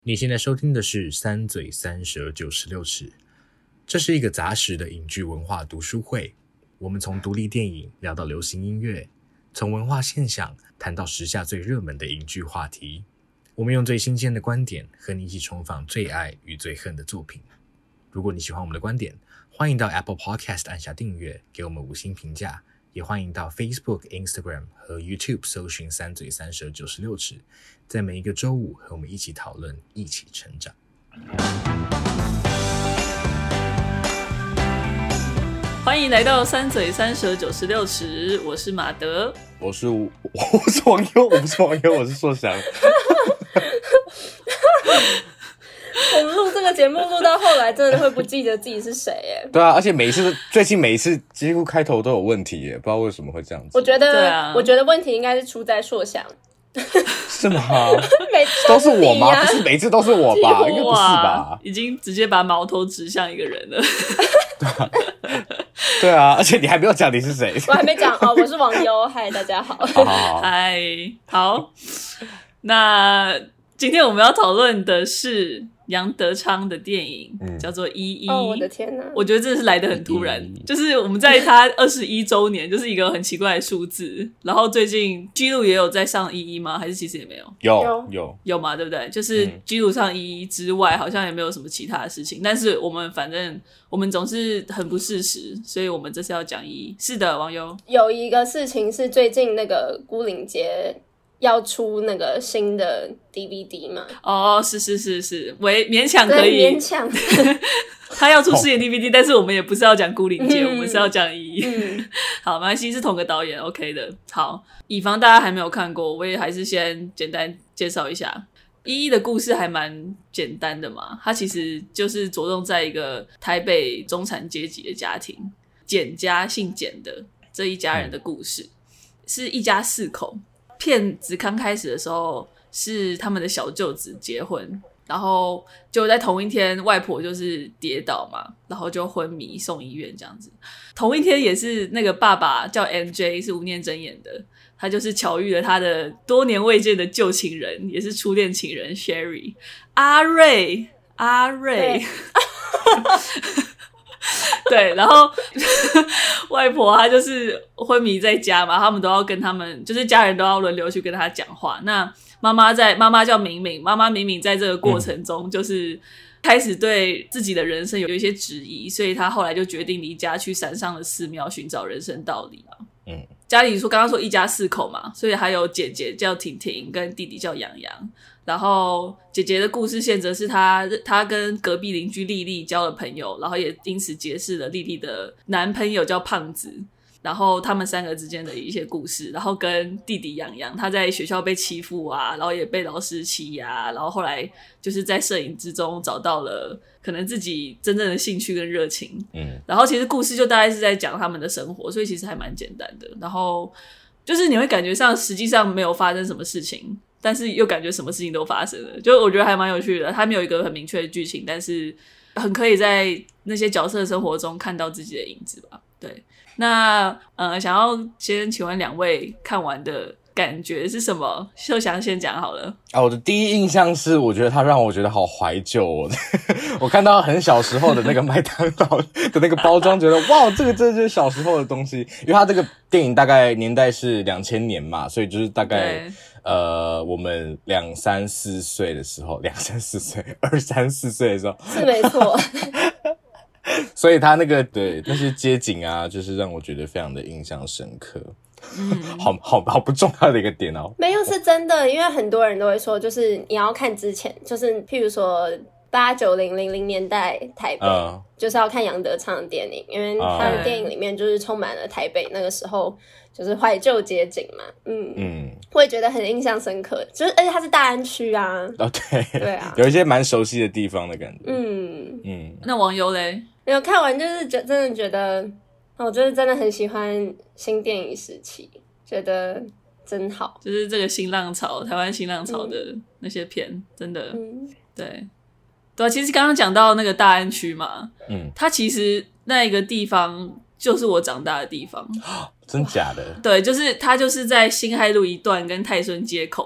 你现在收听的是三嘴三舌96尺，这是一个杂食的影剧文化读书会。我们从独立电影聊到流行音乐，从文化现象谈到时下最热门的影剧话题。我们用最新鲜的观点和你一起重访最爱与最恨的作品。如果你喜欢我们的观点，欢迎到 Apple Podcast 按下订阅，给我们5星评价。也欢迎到 Facebook、Instagram 和 YouTube 搜寻三嘴三舌96尺，在每一个周五和我们一起讨论，一起成长。 欢迎来到三嘴三舌96尺，我是马德， 我是王优，我不是王优，我是硕翔。 我们录这个节目录到后来，真的会不记得自己是谁耶。 对啊，而且最近每一次几乎开头都有问题耶，不知道为什么会这样子。 我觉得问题应该是出在硕翔。 是吗？ 每次都是我吗？不是每次都是我吧？应该不是吧？ 已经直接把矛头指向一个人了。 对啊，而且你还没有讲你是谁。 我还没讲哦，我是王优，嗨，大家好。 嗨，好。那今天我们要讨论的是杨德昌的电影，叫做《一一》。 哦，我的天哪！ 我觉得真的是来得很突然，就是我们在他21周年，就是一个很奇怪的数字。然后最近基路也有在上《一一》吗？还是其实也没有？有嘛，对不对？就是基路上《一一》之外，好像也没有什么其他的事情。但是反正我们总是很不事实，所以我们这次要讲《一一》。是的，网友有一个事情是最近那个孤岭街要出那个新的 DVD 嘛？ 哦，是，勉强可以， 勉强。 他要出新的 DVD，但是我们也不是要讲孤岭街，我们是要讲一一。好，没关系，是同个导演 ，OK 的。好，以防大家还没有看过，我也还是先简单介绍一下。一一的故事还蛮简单的嘛，它其实就是着重在一个台北中产阶级的家庭，简家姓简的这一家人的故事，是一家4口。片子刚开始的时候是他们的小舅子结婚，然后就在同一天外婆就是跌倒嘛，然后就昏迷送医院这样子。同一天也是那个爸爸叫 MJ， 是吴念真演的，他就是巧遇了他的多年未见的旧情人，也是初恋情人 Sherry 阿瑞对，然后外婆她就是昏迷在家嘛，他们都要跟他们就是家人都要轮流去跟她讲话。那妈妈叫明明，妈妈明明在这个过程中就是开始对自己的人生有一些质疑，所以她后来就决定离家去山上的寺庙寻找人生道理嘛。家里刚刚说一家4口嘛，所以还有姐姐叫婷婷跟弟弟叫洋洋。然后姐姐的故事线则是她跟隔壁邻居丽丽交了朋友，然后也因此结识了丽丽的男朋友叫胖子，然后他们3个之间的一些故事，然后跟弟弟洋洋他在学校被欺负啊，然后也被老师欺压，然后后来就是在摄影之中找到了可能自己真正的兴趣跟热情。然后其实故事就大概是在讲他们的生活，所以其实还蛮简单的，然后就是你会感觉上实际上没有发生什么事情，但是又感觉什么事情都发生了，就我觉得还蛮有趣的。它没有一个很明确的剧情，但是很可以在那些角色的生活中看到自己的影子吧。对，那想要先请问2位看完的感觉是什么？秀翔先讲好了。 我的第一印象是，我觉得它让我觉得好怀旧哦。我看到很小时候的那个麦当劳的那个包装，觉得哇，这个真的就是小时候的东西。因为它这个电影大概年代是2000年嘛，所以就是大概我们2、3、4岁的时候，2、3、4岁，2、3、4岁的时候是没错。 所以他那个对那些街景啊，就是让我觉得非常的印象深刻。好不重要的一个点哦。 没有，是真的，因为很多人都会说，就是你要看之前，就是譬如说80、90、00年代台北，就是要看杨德昌的电影，因为他的电影里面就是充满了台北那个时候就是怀旧街景嘛。会觉得很印象深刻，就是而且它是大安区啊。 对啊， 有一些蛮熟悉的地方的感觉。 那网友嘞？ 没有看完就是真的觉得，我就是真的很喜欢新电影时期，觉得真好。 就是这个新浪潮，台湾新浪潮的那些片，真的，对啊。其实刚刚讲到那个大安区嘛，它其实那一个地方就是我长大的地方。 真假的？ 对，就是它就是在辛亥路一段跟泰顺街口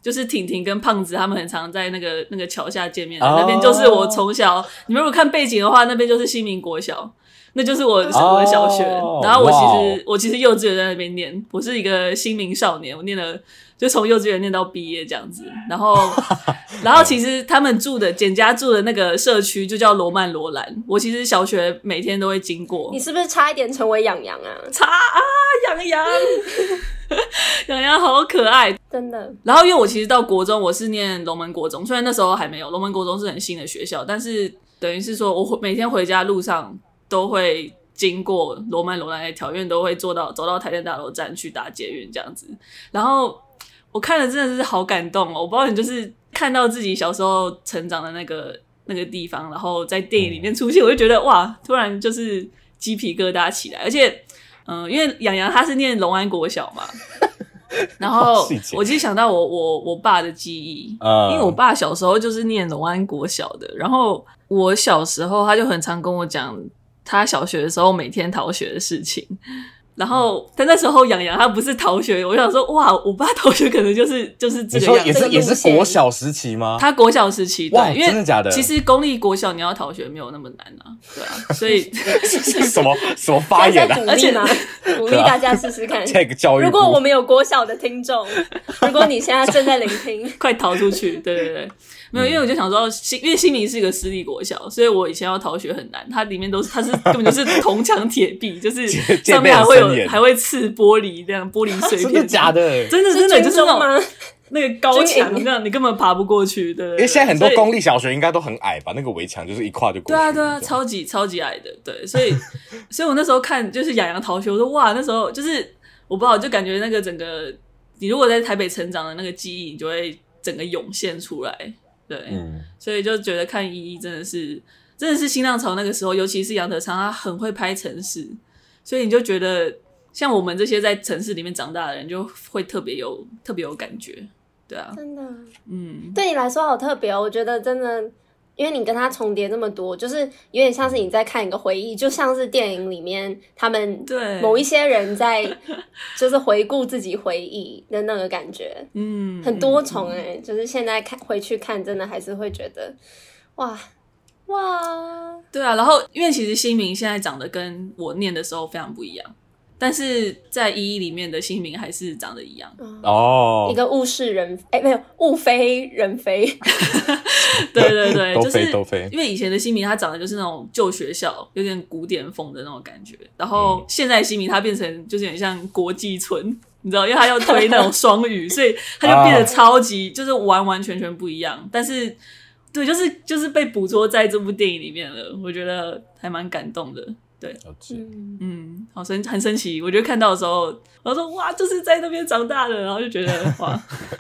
就是婷婷跟胖子他们很常在那个桥下见面的，那边就是我从小，你们如果看背景的话，那边就是新民国小，那就是我的小学。然后我其实幼稚园在那边念，我是一个新民少年，我念了就从幼稚园念到毕业这样子。然后其实他们简家住的那个社区就叫罗曼罗兰，我其实小学每天都会经过。 你是不是差一点成为洋洋啊？ 差啊，洋洋。洋洋好可爱， 真的。 然后因为我其实到国中，我是念龙门国中，虽然那时候还没有，龙门国中是很新的学校，但是等于是说我每天回家路上都会经过罗曼罗兰那条，因为都会走到台电大楼站去搭捷运这样子。然后我看了真的是好感动哦，我不知道你就是看到自己小时候成长的那个地方，然后在电影里面出现，我就觉得哇，突然就是鸡皮疙瘩起来，而且。因为洋洋他是念龙安国小嘛，然后我其实想到我爸的记忆，因为我爸小时候就是念龙安国小的，然后我小时候他就很常跟我讲他小学的时候每天逃学的事情。然后但那时候洋洋他不是逃学，我想说哇，我爸逃学可能就是这个样子。 也是国小时期吗？ 他国小时期，对，因为真的假的？ 其实公立国小你要逃学没有那么难啊，对啊，所以什么发言啊？ 而且鼓励大家试试看。 这个教育， 如果我们有国小的听众，如果你现在正在聆听， 快逃出去！对。没有，因为我就想说，因为新民是一个私立国小，所以我以前要逃学很难。它里面它是根本就是铜墙铁壁，就是上面还会刺玻璃，这样玻璃碎片。 真的假的？ 真的就是那个高墙，这样你根本爬不过去。对，因为现在很多公立小学应该都很矮吧？那个围墙就是一跨就过去。 对啊，超级矮的。对，所以我那时候看就是洋洋逃学，我说哇，那时候就是我不知道，就感觉那个整个你如果在台北成长的那个记忆，你就会整个涌现出来。对，所以就觉得看依依真的是新浪潮那个时候，尤其是杨德昌，他很会拍城市，所以你就觉得像我们这些在城市里面长大的人，就会特别有感觉，对啊， 真的，对你来说好特别哦，我觉得真的。因为你跟他重叠那么多，就是有点像是你在看一个回忆，就像是电影里面他们某一些人在就是回顾自己回忆的那个感觉，很多重就是现在回去看，真的还是会觉得哇， 对啊。然后因为其实新民现在长得跟我念的时候非常不一样。但是在依依里面的新民还是长得一样哦， 一个物是人没有物非人非， 对， 都非， 因为以前的新民他长得就是那种旧学校，有点古典风的那种感觉，然后现在新民他变成就是有点像国际村，你知道，因为他要推那种双语，所以他就变得超级就是完完全全不一样。但是对，就是被捕捉在这部电影里面了，我觉得还蛮感动的。对，很神奇。我觉得看到的时候，我说哇，就是在那边长大的，然后就觉得哇，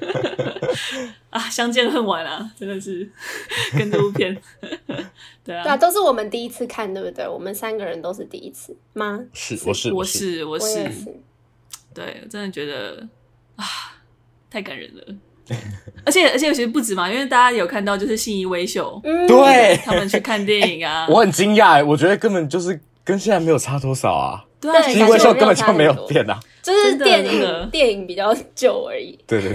相见恨晚啊，真的是跟这部片，对啊， 都是我们第一次看，对不对？我们3个人都是第一次吗？ 是， 我是， 对， 真的觉得太感人了。而且其实不止嘛，因为大家有看到就是信义威秀， 对， 他们去看电影啊， 我很惊讶，我觉得根本就是跟现在没有差多少啊。 对， 信义威秀根本就没有变啊， 就是电影比较旧而已。 对，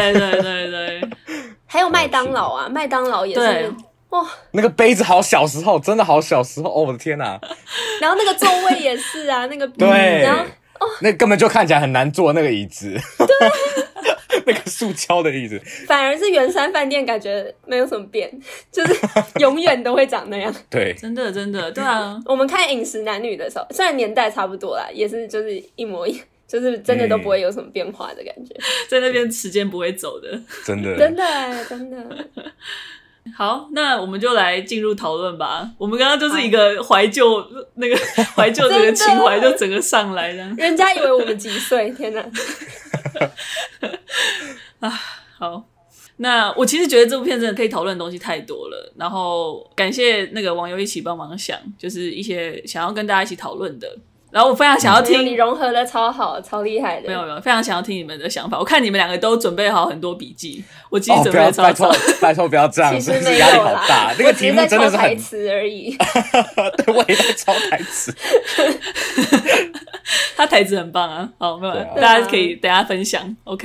还有麦当劳啊，麦当劳也是哇， 那个杯子好小时候，真的好小时候哦，我的天哪！ 然后那个座位也是啊，那个对， 然后那根本就看起来很难坐那个椅子，对，那个塑胶的椅子， 反而是圆山饭店感觉没有什么变，就是永远都会长那样。 对， 真的，对啊。 我们看《饮食男女》的时候，虽然年代差不多啦，也是就是一模一样，就是真的都不会有什么变化的感觉， 在那边时间不会走的， 真的。 好，那我们就来进入讨论吧。我们刚刚就是一个怀旧，那个怀旧这个情怀就整个上来这样。 人家以为我们几岁，天哪！ 好，那我其实觉得这部片真的可以讨论的东西太多了。然后感谢那个网友一起帮忙想，就是一些想要跟大家一起讨论的。然后我非常想要听， 你融合的超好，超厉害的。 没有，非常想要听你们的想法。我看你们2个都准备好很多笔记，我其实准备的超少。 拜托不要这样， 其实没压力有啦， 好大。那个题目真的是很台词而已。 对，我也在抄台词。 他台词很棒啊，好，没有，大家可以等一下分享。OK，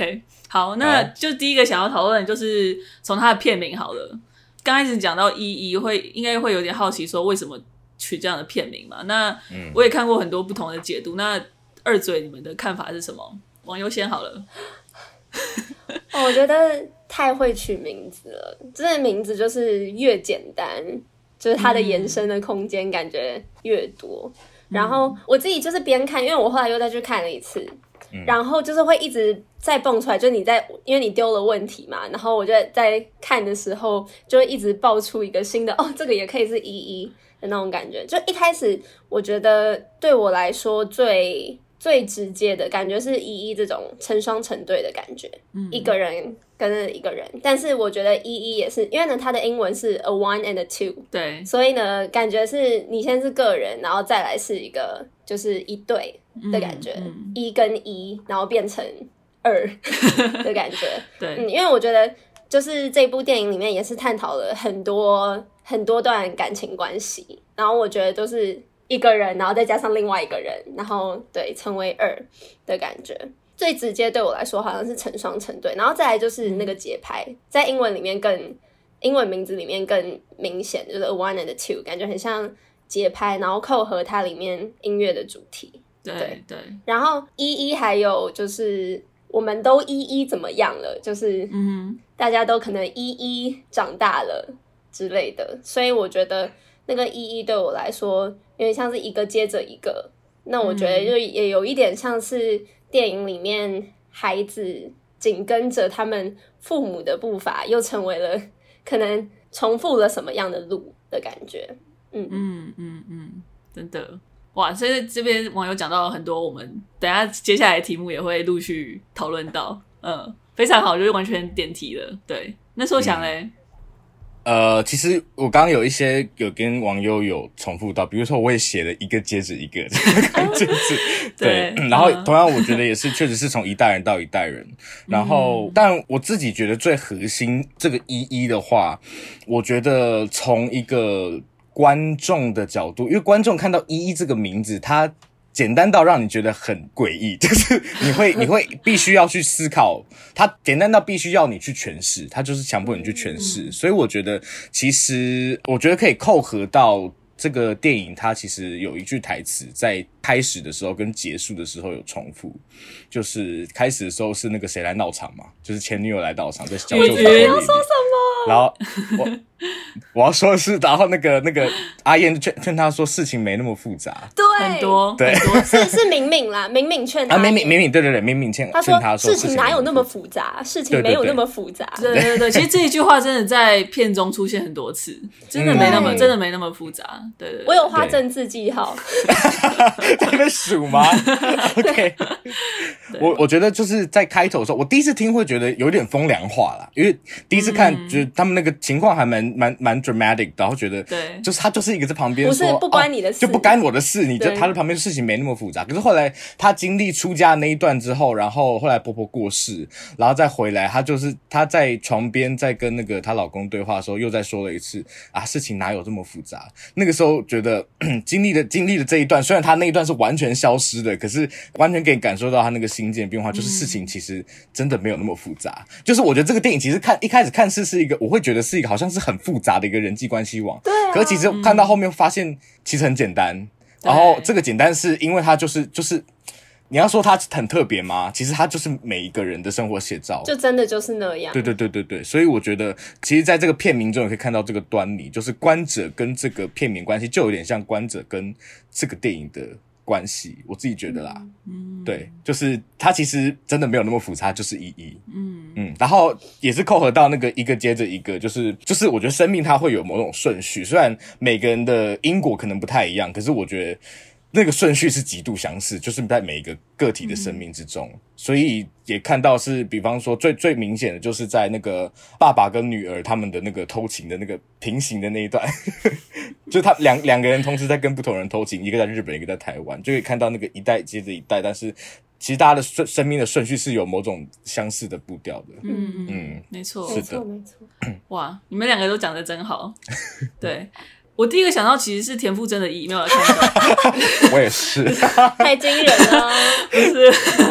好，那就第一个想要讨论的就是从它的片名好了。刚开始讲到依依，应该会有点好奇说为什么取这样的片名嘛？那我也看过很多不同的解读，那二嘴你们的看法是什么？网友先好了。 我觉得太会取名字了，这个名字就是越简单，就是它的延伸的空间感觉越多。然后我自己就是边看，因为我后来又再去看了一次，然后就是会一直再蹦出来，就是因为你丢了问题嘛，然后我就在看的时候就会一直爆出一个新的这个也可以是依依的那种感觉。就一开始我觉得对我来说最直接的感觉是依依这种成双成对的感觉，一个人跟一个人。但是我觉得依依也是，因为呢它的英文是 a one and a two， 对，所以呢感觉是你先是个人，然后再来是一个就是一对的感觉，一跟一，然后变成二的感觉。对，因为我觉得就是这部电影里面也是探讨了很多很多段感情关系，然后我觉得都是一个人，然后再加上另外一个人，然后对成为二的感觉。最直接对我来说好像是成双成对，然后再来就是那个节拍，在英文名字里面更明显，就是 a one and a two， 感觉很像节拍，然后扣合它里面音乐的主题。对。然后依依还有就是我们都依依怎么样了，就是大家都可能依依长大了之类的，所以我觉得那个依依对我来说有点像是一个接着一个，那我觉得就也有一点像是电影里面孩子紧跟着他们父母的步伐，又成为了可能重复了什么样的路的感觉。 真的哇！所以这边网友讲到很多，我们等一下接下来的题目也会陆续讨论到，非常好，就是完全点题了。对，那时候想嘞。 其实我刚刚有跟网友有重复到，比如说我也写了一个接着一个这个字，对，然后同样我觉得也是确实是从一代人到一代人，然后但我自己觉得最核心这个依依的话，我觉得从一个观众的角度，因为观众看到依依这个名字，它简单到让你觉得很诡异，就是你会必须要去思考，它简单到必须要你去诠释，它就是强迫你去诠释。所以我觉得其实我觉得可以扣合到这个电影，它其实有一句台词在开始的时候跟结束的时候有重复，就是开始的时候是那个谁来闹场嘛，就是前女友来闹场，在小舅子。 你要说什么？ 然后我要说的是，然后那个阿燕劝他说事情没那么复杂， 对， 很多是明明啦，明明劝他， 明明对，明明劝他说事情哪有那么复杂，事情没有那么复杂。 对，其实这一句话真的在片中出现很多次，真的没那么复杂。对， 我有画正字记号。 在那边数吗？OK， 我觉得就是在开头的时候，我第一次听会觉得有点风凉话啦，因为第一次看觉得他们那个情况还蛮 dramatic， 然后觉得就是他就是一个在旁边说不关你的事， 就不干我的事，你就他在旁边事情没那么复杂。可是后来他经历出家那一段之后，然后后来婆婆过世，然后再回来，他在床边在跟那个她老公对话的时候，又再说了一次事情哪有这么复杂。那个时候觉得经历了这一段，虽然他那一段是完全消失的，可是完全可以感受到他那个心境的变化，就是事情其实真的没有那么复杂。就是我觉得这个电影其实一开始看是一个，我会觉得是一个好像是很复杂的一个人际关系网， 对可是其实看到后面发现其实很简单，然后这个简单是因为它就是你要说它很特别吗？其实它就是每一个人的生活写照， 就真的就是那样。 对，所以我觉得其实在这个片名中也可以看到这个端倪，就是观者跟这个片名关系就有点像观者跟这个电影的关系，我自己觉得啦。对，就是它其实真的没有那么复杂，就是意义。然后也是扣合到那个一个接着一个，就是我觉得生命它会有某种顺序，虽然每个人的因果可能不太一样，可是我觉得那个顺序是极度相似，就是在每一个个体的生命之中。所以也看到是比方说最明显的就是在那个爸爸跟女儿他们的那个偷情的那个平行的那一段就是他两个人同时在跟不同人偷情，一个在日本一个在台湾，就可以看到那个一代接着一代，但是其实大家的生命的顺序是有某种相似的步调的。 没错， 是的， 没错。 哇，你们两个都讲得真好。对，我第一个想到其实是田馥甄的意，没有看到。 我也是， 太惊人了。 不是，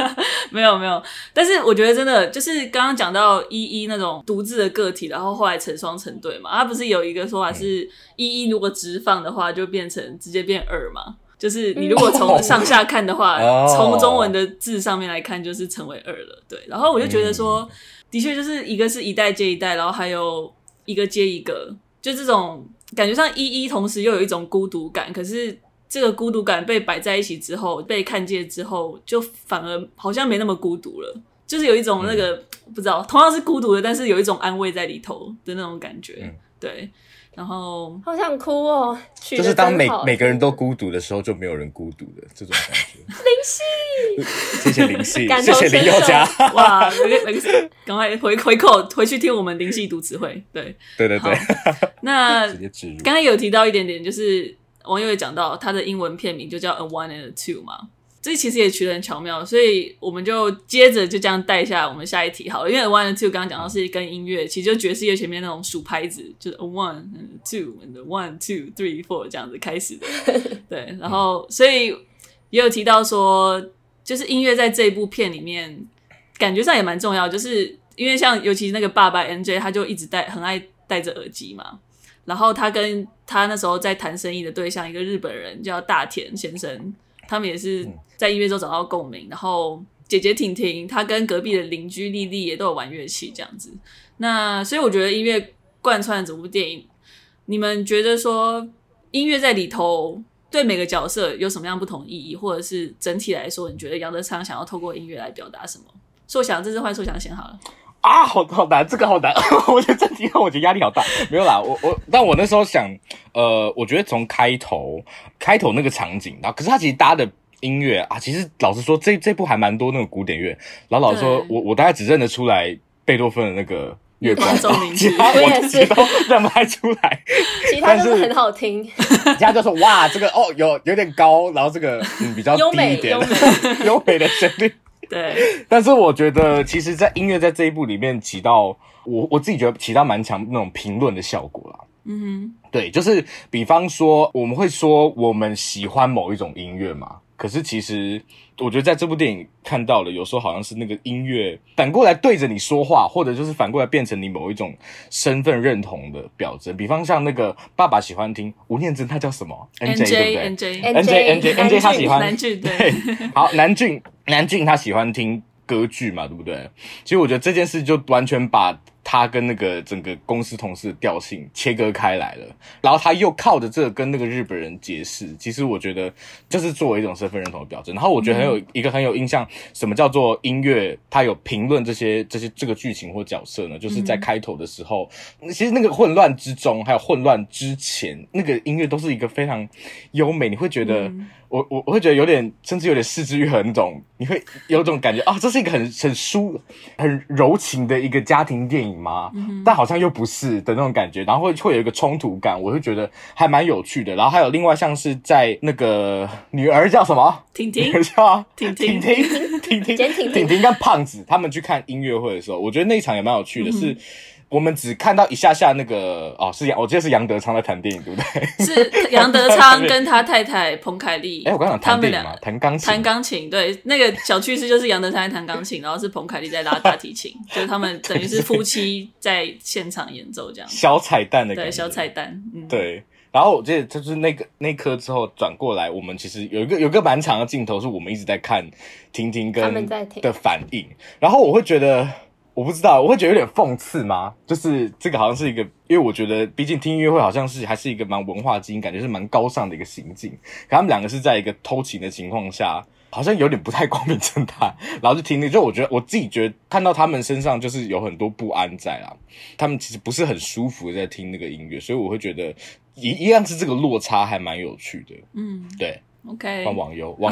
没有，但是我觉得真的就是刚刚讲到一一那种独自的个体，然后后来成双成对嘛，他不是有一个说法是一一如果直放的话就变成直接变二嘛，就是你如果从上下看的话，从中文的字上面来看就是成为二了，对。然后我就觉得说，的确就是一个是一代接一代，然后还有一个接一个，就这种感觉上一一同时又有一种孤独感，可是这个孤独感被摆在一起之后，被看见之后，就反而好像没那么孤独了，就是有一种那个不知道，同样是孤独的，但是有一种安慰在里头的那种感觉，对。然后好想哭哦， 就是当每个人都孤独的时候，就没有人孤独的这种感觉。 林夕， 谢谢林夕，谢谢林宥嘉。 哇，赶快回扣回去听我们林夕读词汇。对。那刚刚有提到一点点，就是网友也讲到他的英文片名就叫 A One and a Two 嘛。这其实也取得很巧妙，所以我们就接着就这样带下我们下一题好了。因为 one and two 刚刚讲到是跟音乐，其实就爵士乐前面那种数拍子，就是 a one and two and one two three four 这样子开始的。对，然后所以也有提到说，就是音乐在这一部片里面感觉上也蛮重要，就是因为像尤其那个爸爸 NJ 他就一直很爱戴着耳机嘛，然后他跟他那时候在谈生意的对象一个日本人叫大田先生，他们也是在音乐中找到共鸣，然后姐姐婷婷她跟隔壁的邻居丽丽也都有玩乐器这样子。那所以我觉得音乐贯穿了整部电影，你们觉得说音乐在里头对每个角色有什么样不同意义，或者是整体来说你觉得杨德昌想要透过音乐来表达什么？硕翔，这次换硕翔先好了。 啊，好难，这个好难。我觉得这题我觉得压力好大。没有啦，但我那时候想，我觉得从开头那个场景，然后可是他其实搭的音乐啊，其实老实说，这部还蛮多那种古典乐。然后老实说，我大概只认得出来贝多芬的那个月光，其他我自己都认不太出来。 其他都是很好听， 其他就说哇，这个有点高，然后这个比较低一点，优美的旋律。 对， 但是我觉得其实在音乐在这一部里面起到我自己觉得起到蛮强那种评论的效果啦。对，就是比方说我们会说我们喜欢某一种音乐嘛，可是其实我觉得在这部电影看到了，有时候好像是那个音乐反过来对着你说话，或者就是反过来变成你某一种身份认同的表征。比方像那个爸爸喜欢听吴念真，他叫什么 NJ 对不对 NJ 他喜欢南俊， 对，好，南俊他喜欢听歌剧嘛，对不对？其实我觉得这件事就完全把他跟那个整个公司同事的调性切割开来了，然后他又靠着这个跟那个日本人结识，其实我觉得就是作为一种身份认同的表征。然后我觉得一个很有印象，什么叫做音乐它有评论这个剧情或角色呢？就是在开头的时候，其实那个混乱之中还有混乱之前，那个音乐都是一个非常优美，你会觉得我会觉得有点甚至有点四肢愈合那种，你会有种感觉啊，这是一个很柔情的一个家庭电影吗？但好像又不是的那种感觉，然后会有一个冲突感，我会觉得还蛮有趣的。然后还有另外像是在那个女儿叫什么？ 婷婷， 女儿叫婷婷跟胖子他们去看音乐会的时候，我觉得那一场也蛮有趣的，是我们只看到一下那个我记得是杨德昌在谈电影，对不对？ 是杨德昌跟他太太彭凯丽。 我刚讲谈电影嘛，弹钢琴，对，那个小趣事就是杨德昌在弹钢琴，然后是彭凯丽在拉大提琴，就是他们等于是夫妻在现场演奏这样。 小彩蛋的感觉， 对，小彩蛋， 对。然后我记得就是那颗之后转过来，我们其实有一个蛮长的镜头，是我们一直在看婷婷跟的反应，然后我会觉得。我不知道，我会觉得有点讽刺吗？就是这个好像是一个，因为我觉得毕竟听音乐会好像是还是一个蛮文化基因，感觉是蛮高尚的一个行径。可他们两个是在一个偷情的情况下，好像有点不太光明正大，然后就听，就我觉得我自己觉得看到他们身上就是有很多不安在啦，他们其实不是很舒服的在听那个音乐，所以我会觉得一样是这个落差还蛮有趣的。对。 OK， 换网友，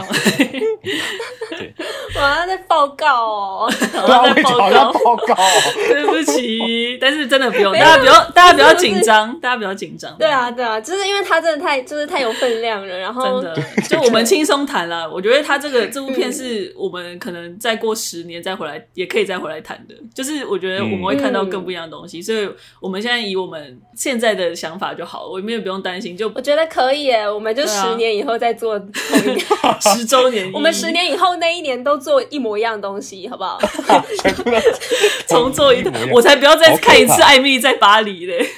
对， 我要在报告哦， 我在报告，对不起，但是真的不用，大家不要紧张，对啊，就是因为他真的太有分量了，然后真的就我们轻松谈了，我觉得他这部片是我们可能再过10年再回来，也可以再回来谈的，就是我觉得我们会看到更不一样的东西，所以我们现在以我们现在的想法就好，我们也不用担心，就我觉得可以耶，我们就10年以后再做同一个 10周年， 我们10年以后那一年都做一模一样的东西，好不好？ 重做一段，我才不要再看一次《艾蜜莉在巴黎》嘞。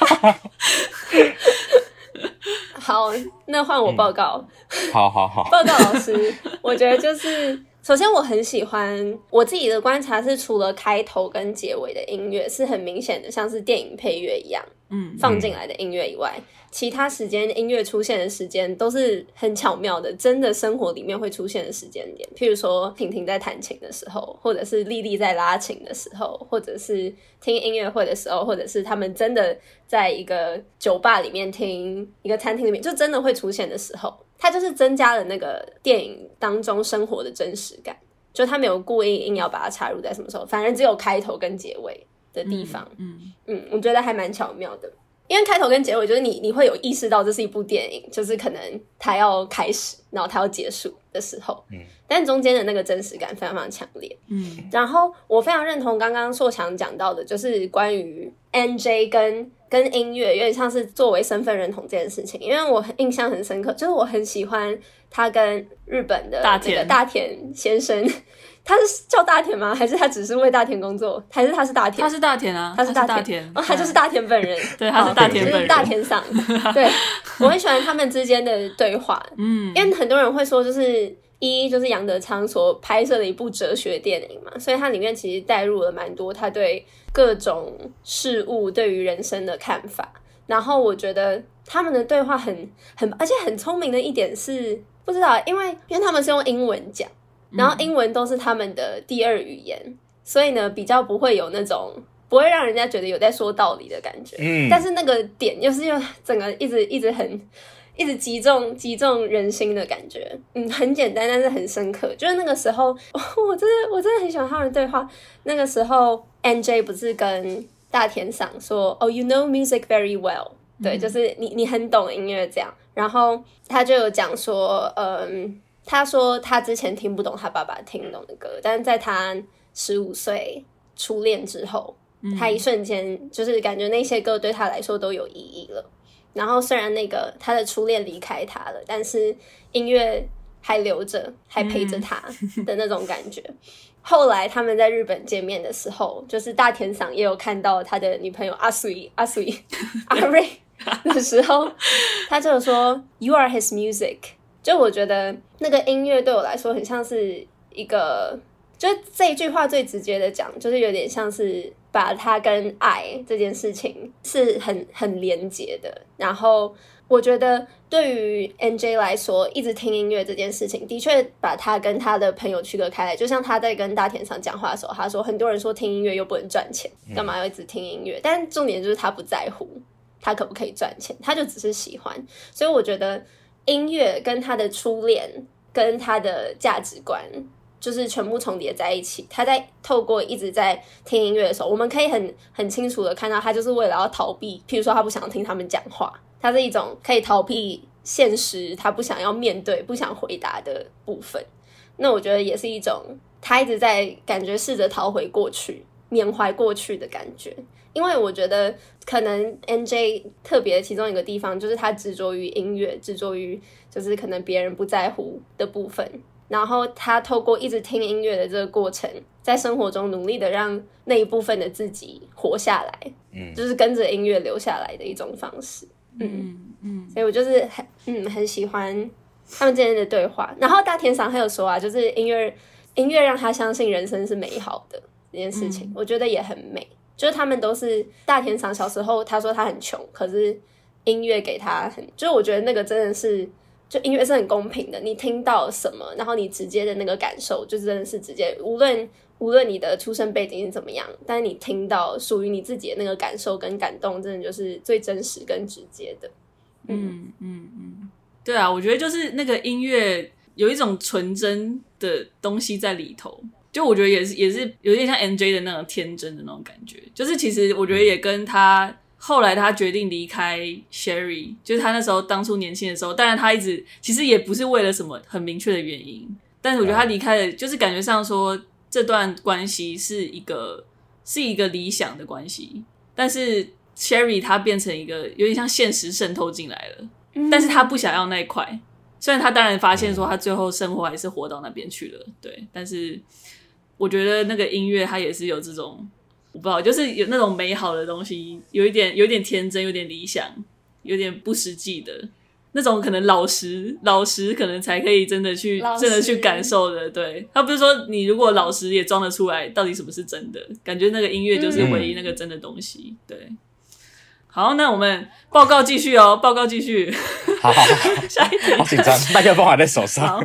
好，那换我报告。 好， 报告老师，我觉得就是首先我很喜欢，我自己的观察是，除了开头跟结尾的音乐是很明显的像是电影配乐一样放进来的音乐以外，其他时间音乐出现的时间都是很巧妙的，真的生活里面会出现的时间点，譬如说婷婷在弹琴的时候，或者是丽丽在拉琴的时候，或者是听音乐会的时候，或者是他们真的在一个酒吧里面听，一个餐厅里面就真的会出现的时候，它就是增加了那个电影当中生活的真实感，就他没有故意硬要把它插入在什么时候，反正只有开头跟结尾的地方。我觉得还蛮巧妙的，因为开头跟结尾就是你会有意识到这是一部电影，就是可能它要开始然后它要结束的时候，但中间的那个真实感非常非常强烈。然后我非常认同刚刚硕强讲到的，就是关于 NJ 跟音乐有点像是作为身份认同这件事情，因为我印象很深刻，就是我很喜欢他跟日本的那个大田先生，他是叫大田吗？还是他只是为大田工作？还是他是大田？ 他是大田啊， 他是大田哦，他就是大田本人。 对，他是大田本人， 就是大田桑。对，我很喜欢他们之间的对话。因为很多人会说，就是就是杨德昌所拍摄的一部哲学电影嘛，所以它里面其实带入了蛮多他对各种事物对于人生的看法。然后我觉得他们的对话很而且很聪明的一点是，不知道因为他们是用英文讲，然后英文都是他们的第二语言，所以呢比较不会有那种不会让人家觉得有在说道理的感觉。但是那个点又整个一直击中人心的感觉。很简单但是很深刻，就是那个时候我真的很喜欢他们的对话。那个时候 NJ 不是跟大田桑说Oh you know music very well， 对，就是你很懂音乐这样。然后他就有讲说他说他之前听不懂他爸爸听懂的歌，但是在他15岁初恋之后，他一瞬间就是感觉那些歌对他来说都有意义了。然后虽然那个他的初恋离开他了，但是音乐还留着，还陪着他的那种感觉。后来他们在日本见面的时候，就是大田桑也有看到他的女朋友阿瑞的时候，他就说 You are his music。 就我觉得那个音乐对我来说很像是一个，就这一句话最直接的讲，就是有点像是把它跟爱这件事情是很连结的。然后我觉得对于 NJ 来说，一直听音乐这件事情的确把他跟他的朋友区隔开来。就像他在跟大田桑讲话的时候，他说很多人说听音乐又不能赚钱，干嘛要一直听音乐？但重点就是他不在乎他可不可以赚钱，他就只是喜欢。所以我觉得音乐跟他的初恋跟他的价值观就是全部重叠在一起。他在透过一直在听音乐的时候，我们可以很清楚的看到他就是为了要逃避，譬如说他不想听他们讲话，他是一种可以逃避现实，他不想要面对不想回答的部分。那我觉得也是一种他一直在感觉试着逃回过去，缅怀过去的感觉。因为我觉得可能 NJ 特别的其中一个地方就是他执着于音乐，执着于就是可能别人不在乎的部分，然后他透过一直听音乐的这个过程，在生活中努力的让那一部分的自己活下来，就是跟着音乐留下来的一种方式。所以我就是很喜欢他们之间的对话。然后大田桑还有说啊，就是音乐让他相信人生是美好的这件事情，我觉得也很美。就是他们都是大田桑小时候他说他很穷，可是音乐给他就是我觉得那个真的是，就音乐是很公平的，你听到什么，然后你直接的那个感受就真的是直接，无论你的出生背景是怎么样，但是你听到属于你自己的那个感受跟感动，真的就是最真实跟直接的。 对啊，我觉得就是那个音乐有一种纯真的东西在里头，就我觉得也是有点像 NJ 的那种天真的那种感觉。就是其实我觉得也跟他后来他决定离开 Sherry， 就是他那时候当初年轻的时候，当然他一直其实也不是为了什么很明确的原因，但是我觉得他离开了就是感觉上说这段关系是一个理想的关系，但是 Sherry 他变成一个有点像现实渗透进来了，但是他不想要那一块， 虽然他当然发现说他最后生活还是活到那边去了，对，但是我觉得那个音乐它也是有这种，我不知道，就是有那种美好的东西，有一点天真，有点理想，有点不实际的那种，可能老实可能才可以真的去感受的。对，他不是说你如果老实也装得出来，到底什么是真的？感觉那个音乐就是唯一那个真的东西。对，好，那我们报告继续哦，报告继续。 好， 下一题。 好紧张，麦克风还在手上。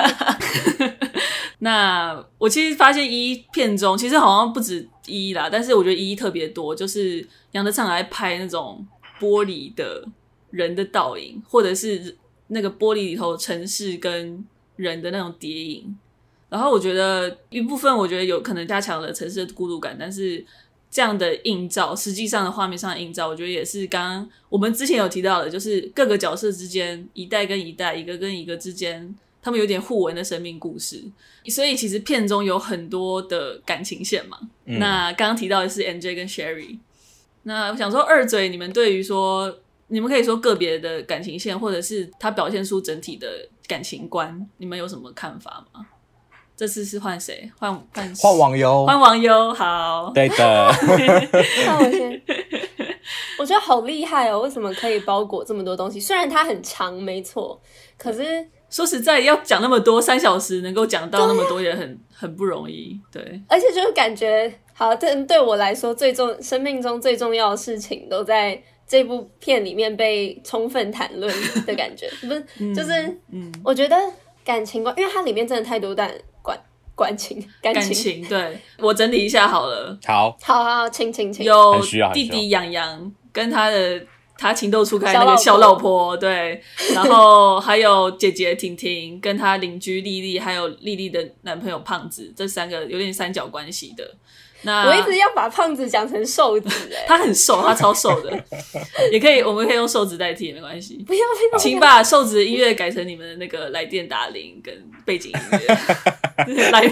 那我其实发现片中其实好像不止啦，但是我觉得特别多，就是杨德昌还拍那种玻璃的人的倒影，或者是那个玻璃里头城市跟人的那种叠影。然后我觉得一部分我觉得有可能加强了城市的孤独感，但是这样的映照，实际上的画面上的映照，我觉得也是刚刚我们之前有提到的，就是各个角色之间，一代跟一代，一个跟一个之间，他们有点互文的生命故事。所以其实片中有很多的感情线嘛。那刚刚提到的是 NJ 跟 Sherry。那我想说二嘴，你们对于说你们可以说个别的感情线，或者是他表现出整体的感情观，你们有什么看法吗？这次是换谁？换网友， 换网友。好， 对的。 那我先，我觉得好厉害哦！为什么可以包裹这么多东西？虽然它很长，没错，可是说实在，要讲那么多3小时，能够讲到那么多也很不容易。对， 而且就是感觉，好，对我来说，生命中最重要的事情都在这部片里面被充分谈论的感觉，不是？就是我觉得感情观，因为它里面真的太多段感情。 对，我整理一下好了。 好，请。 有弟弟洋洋跟他情窦初开那个小老婆，对，然后还有姐姐婷婷跟他邻居丽丽，还有丽丽的男朋友胖子，这3个有点三角关系的。那我一直要把胖子讲成瘦子他很瘦，他超瘦的，也可以，我们可以用瘦子代替，没关系。 不要， 请把瘦子的音乐改成你们的那个来电打铃跟背景音乐。来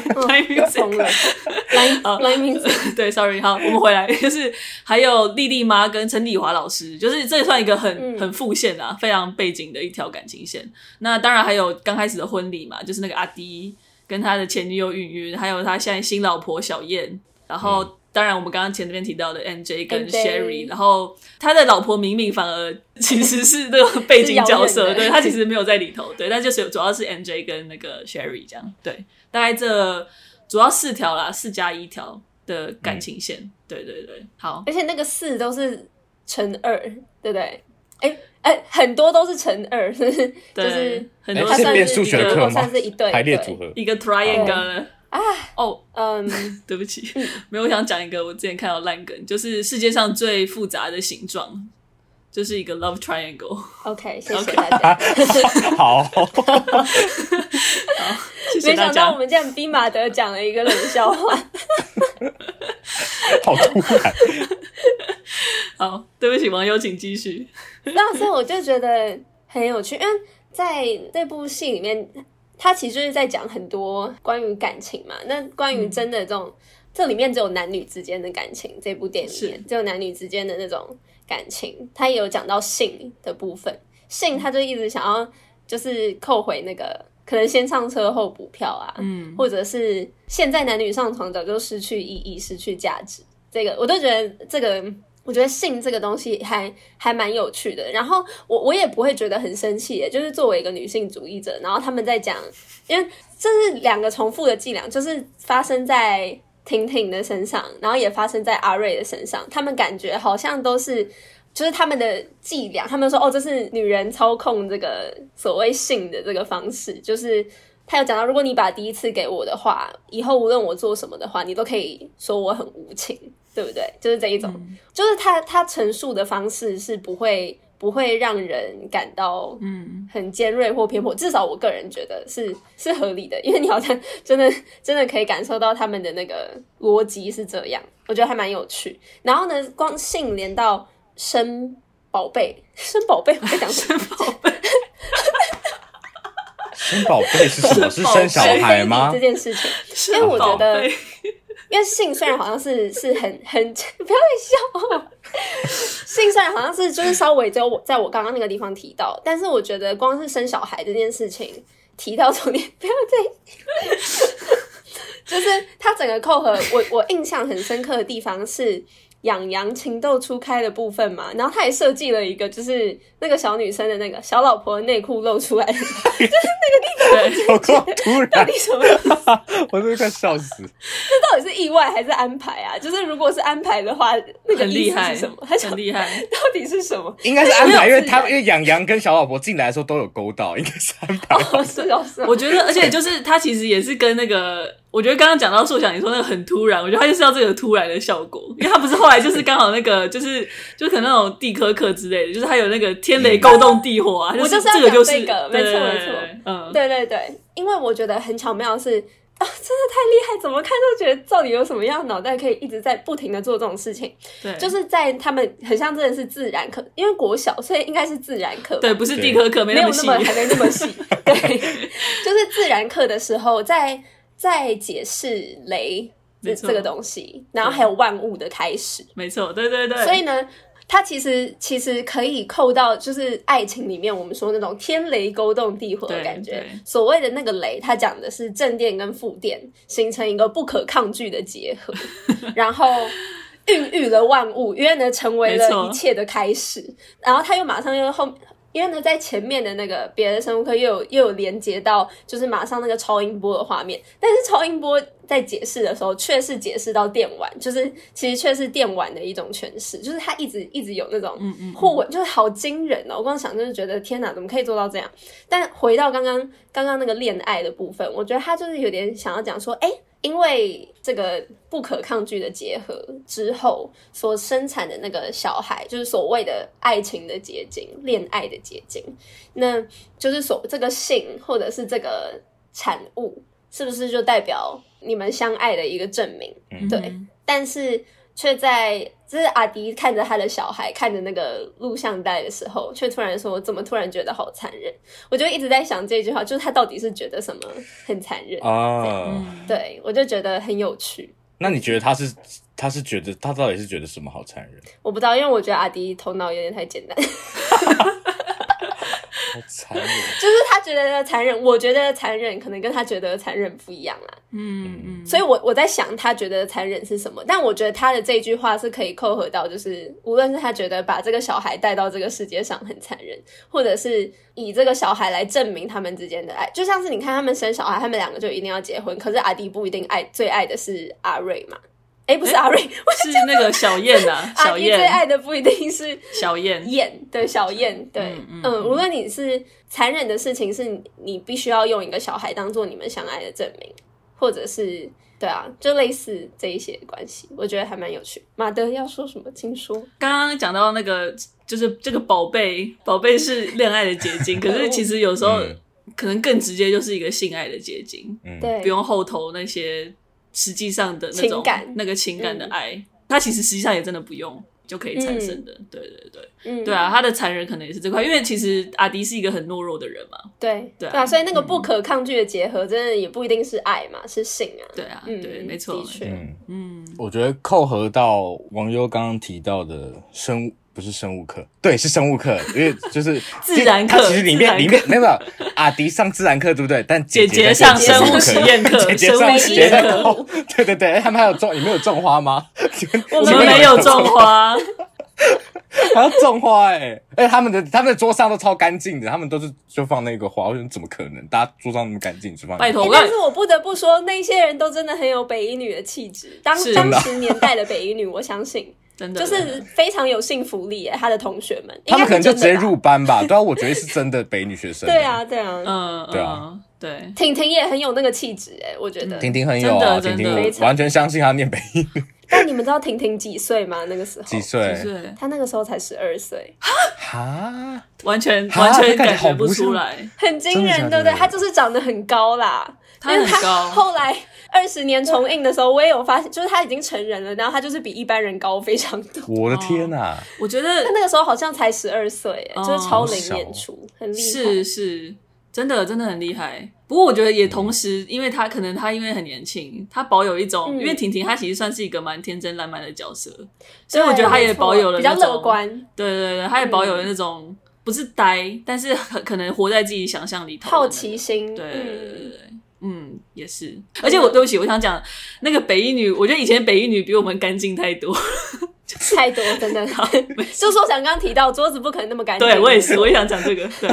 music， 对 ，sorry， 好，我们回来，就是还有丽丽妈跟陈丽华老师，就是这也算一个很副线啊，非常背景的一条感情线。那当然还有刚开始的婚礼嘛，就是那个阿迪跟他的前女友云云，还有他现在新老婆小燕。然后当然我们刚刚前面提到的 NJ 跟 Sherry， 然后他的老婆明明反而其实是那个背景角色，对，他其实没有在里头，对，但就是主要是 NJ 跟那个 Sherry 这样，对，大概这主要4条啦，4+1条的感情线，对，好， 而且那个4都是乘2，对不对？很多都是乘2，就是很多是练数学课吗？ 算是一对排列组合， 一个 triangle。对不起，没有，我想讲一个我之前看到烂梗，就是世界上最复杂的形状就是一个 love triangle。 OK， 谢谢大家。 好， 谢谢大家。 没想到我们这样逼马德讲了一个冷笑话。 好突然。 好，对不起，网友请继续。 那所以我就觉得很有趣，因为在这部戏里面他其实就是在讲很多关于感情嘛，那关于真的这种这里面只有男女之间的感情，这部电影里面只有男女之间的那种感情，他也有讲到性的部分，性他就一直想要就是扣回那个可能先上车后补票啊，或者是现在男女上床早就失去意义失去价值，这个我都觉得我觉得性这个东西还蛮有趣的，然后我也不会觉得很生气耶，就是作为一个女性主义者，然后他们在讲，因为这是2个重复的伎俩，就是发生在婷婷的身上，然后也发生在阿瑞的身上，他们感觉好像都是就是他们的伎俩，他们说这是女人操控这个所谓性的这个方式，就是他有讲到如果你把第一次给我的话，以后无论我做什么的话，你都可以说我很无情，对不对？就是这一种，就是他陈述的方式是不会让人感到很尖锐或偏颇，至少我个人觉得是合理的，因为你好像真的可以感受到他们的那个逻辑是这样，我觉得还蛮有趣。然后呢，光性连到生宝贝我在讲生宝贝生宝贝是什么？是生小孩吗？ 这件事情，因为我觉得，因因为性虽然好像是很不要再笑，性虽然好像是就是稍微只有在我刚刚那个地方提到，但是我觉得光是生小孩这件事情提到重点，不要再就是他整个扣合，我印象很深刻的地方是养羊情窦初开的部分嘛，然后他也设计了一个，就是那个小女生的那个小老婆的内裤露出来的，就是那个地方， 有够突然， 到底什么意思？ 我真的快笑死。 这到底是意外还是安排啊？就是如果是安排的话，那个意思是什么？ 很厉害， 到底是什么？ 应该是安排，因为养羊跟小老婆进来的时候都有勾到，应该是安排。 是。 我觉得，而且就是他其实也是跟那个。我觉得刚刚讲到硕想你说那个很突然，我觉得他就是要这个突然的效果，因为他不是后来就是刚好那个就可能那种地科课之类的，就是他有那个天雷勾动地火啊， 我就是这个就是这个，没错，对，因为我觉得很巧妙的是真的太厉害，怎么看都觉得到底有什么样的脑袋可以一直在不停的做这种事情。 对， 就是在他们很像真的是自然课，因为国小所以应该是自然课， 对，不是地科课，没那么细， 还没那么细。对，就是自然课的时候在解释雷这个东西，然后还有万物的开始， 没错，对， 所以呢它其实可以扣到就是爱情里面我们说那种天雷勾动地火的感觉。所谓的那个雷，它讲的是正电跟负电形成一个不可抗拒的结合，然后孕育了万物，因为呢成为了一切的开始。然后它又马上又因为呢，在前面的那个别的生物课又有连接到，就是马上那个超音波的画面，但是超音波在解释的时候，却是解释到电玩，就是其实却是电玩的一种诠释，就是它一直有那种互文，就是好惊人哦！我光想就是觉得天哪，怎么可以做到这样？但回到刚刚那个恋爱的部分，我觉得他就是有点想要讲说，因为这个不可抗拒的结合之后所生产的那个小孩，就是所谓的爱情的结晶，恋爱的结晶，那就是这个性或者是这个产物，是不是就代表你们相爱的一个证明？对，但是却在就是阿迪看着他的小孩，看着那个录像带的时候，却突然说：“怎么突然觉得好残忍？”我就一直在想这句话，就是他到底是觉得什么很残忍啊？对，我就觉得很有趣。 那你觉得他是觉得他到底是觉得什么好残忍？ 我不知道，因为我觉得阿迪头脑有点太简单。 好残忍， 就是他觉得的残忍，我觉得的残忍可能跟他觉得的残忍不一样啦。所以我在想他觉得的残忍是什么，但我觉得他的这句话是可以扣合到，就是无论是他觉得把这个小孩带到这个世界上很残忍，或者是以这个小孩来证明他们之间的爱，就像是你看他们生小孩，他们两个就一定要结婚，可是阿迪不一定最爱的是阿瑞嘛。不是阿瑞， 是那个小燕啊，小燕。 阿迪最爱的不一定是小燕， 对，小燕，对，无论你是残忍的事情，是你必须要用一个小孩当做你们相爱的证明，或者是对啊，就类似这一些关系，我觉得还蛮有趣。马德要说什么？请说。 刚刚讲到那个，就是这个宝贝是恋爱的结晶，可是其实有时候可能更直接就是一个性爱的结晶， 对， 不用后头那些。实际上的那种那个情感的爱，它其实实际上也真的不用就可以产生的。对啊，他的残忍可能也是这块，因为其实阿迪是一个很懦弱的人嘛。 对啊，所以那个不可抗拒的结合，真的也不一定是爱嘛，是性啊。 对啊，对，没错， 的确。 我觉得扣合到网友刚刚提到的不是生物课，对，是生物课，因为就是自然课。 它其实里面没有阿迪上自然课，对不对？但姐姐上生物实验课， 姐上实验课，对，他们还有你们有种花吗？ 我们没有种花， 还要种花他们的桌上都超干净的，他们都是就放那个花，我说怎么可能？大家桌上那么干净，就放拜托。 但是我不得不说，那些人都真的很有北一女的气质，当时年代的北一女，我相信。 真的就是非常有幸福力他的同学们， 他们可能就直接入班吧。对啊，我觉得是真的北女学生。 对啊， 对啊， 对。 婷婷也很有那个气质我觉得。 婷婷很有啊，婷婷完全相信她念北一女。 但你们知道婷婷几岁吗？那个时候几岁？ 她那个时候才12岁。 哈， 完全感觉不出来， 很惊人，对不对？她就是长得很高啦， 她很高。 后来20年重映的时候，我也有发现，就是她已经成人了，然后她就是比一般人高非常多。 我的天哪！ 我觉得她那个时候好像才12岁，就是超龄演出，很厉害。 是。 真的很厉害。不过我觉得也同时，因为他可能他因为很年轻，他保有一种，因为婷婷她其实算是一个蛮天真烂漫的角色，所以我觉得他也保有了那种比较乐观。 对，他也保有了那种不是呆，但是可能活在自己想象里头好奇心。 对。也是。而且对不起，我想讲那个北一女，我觉得以前北一女比我们干净太多。 太多，真的。就说想刚刚提到桌子不可能那么干净。 对，我也是，我也想讲这个。对。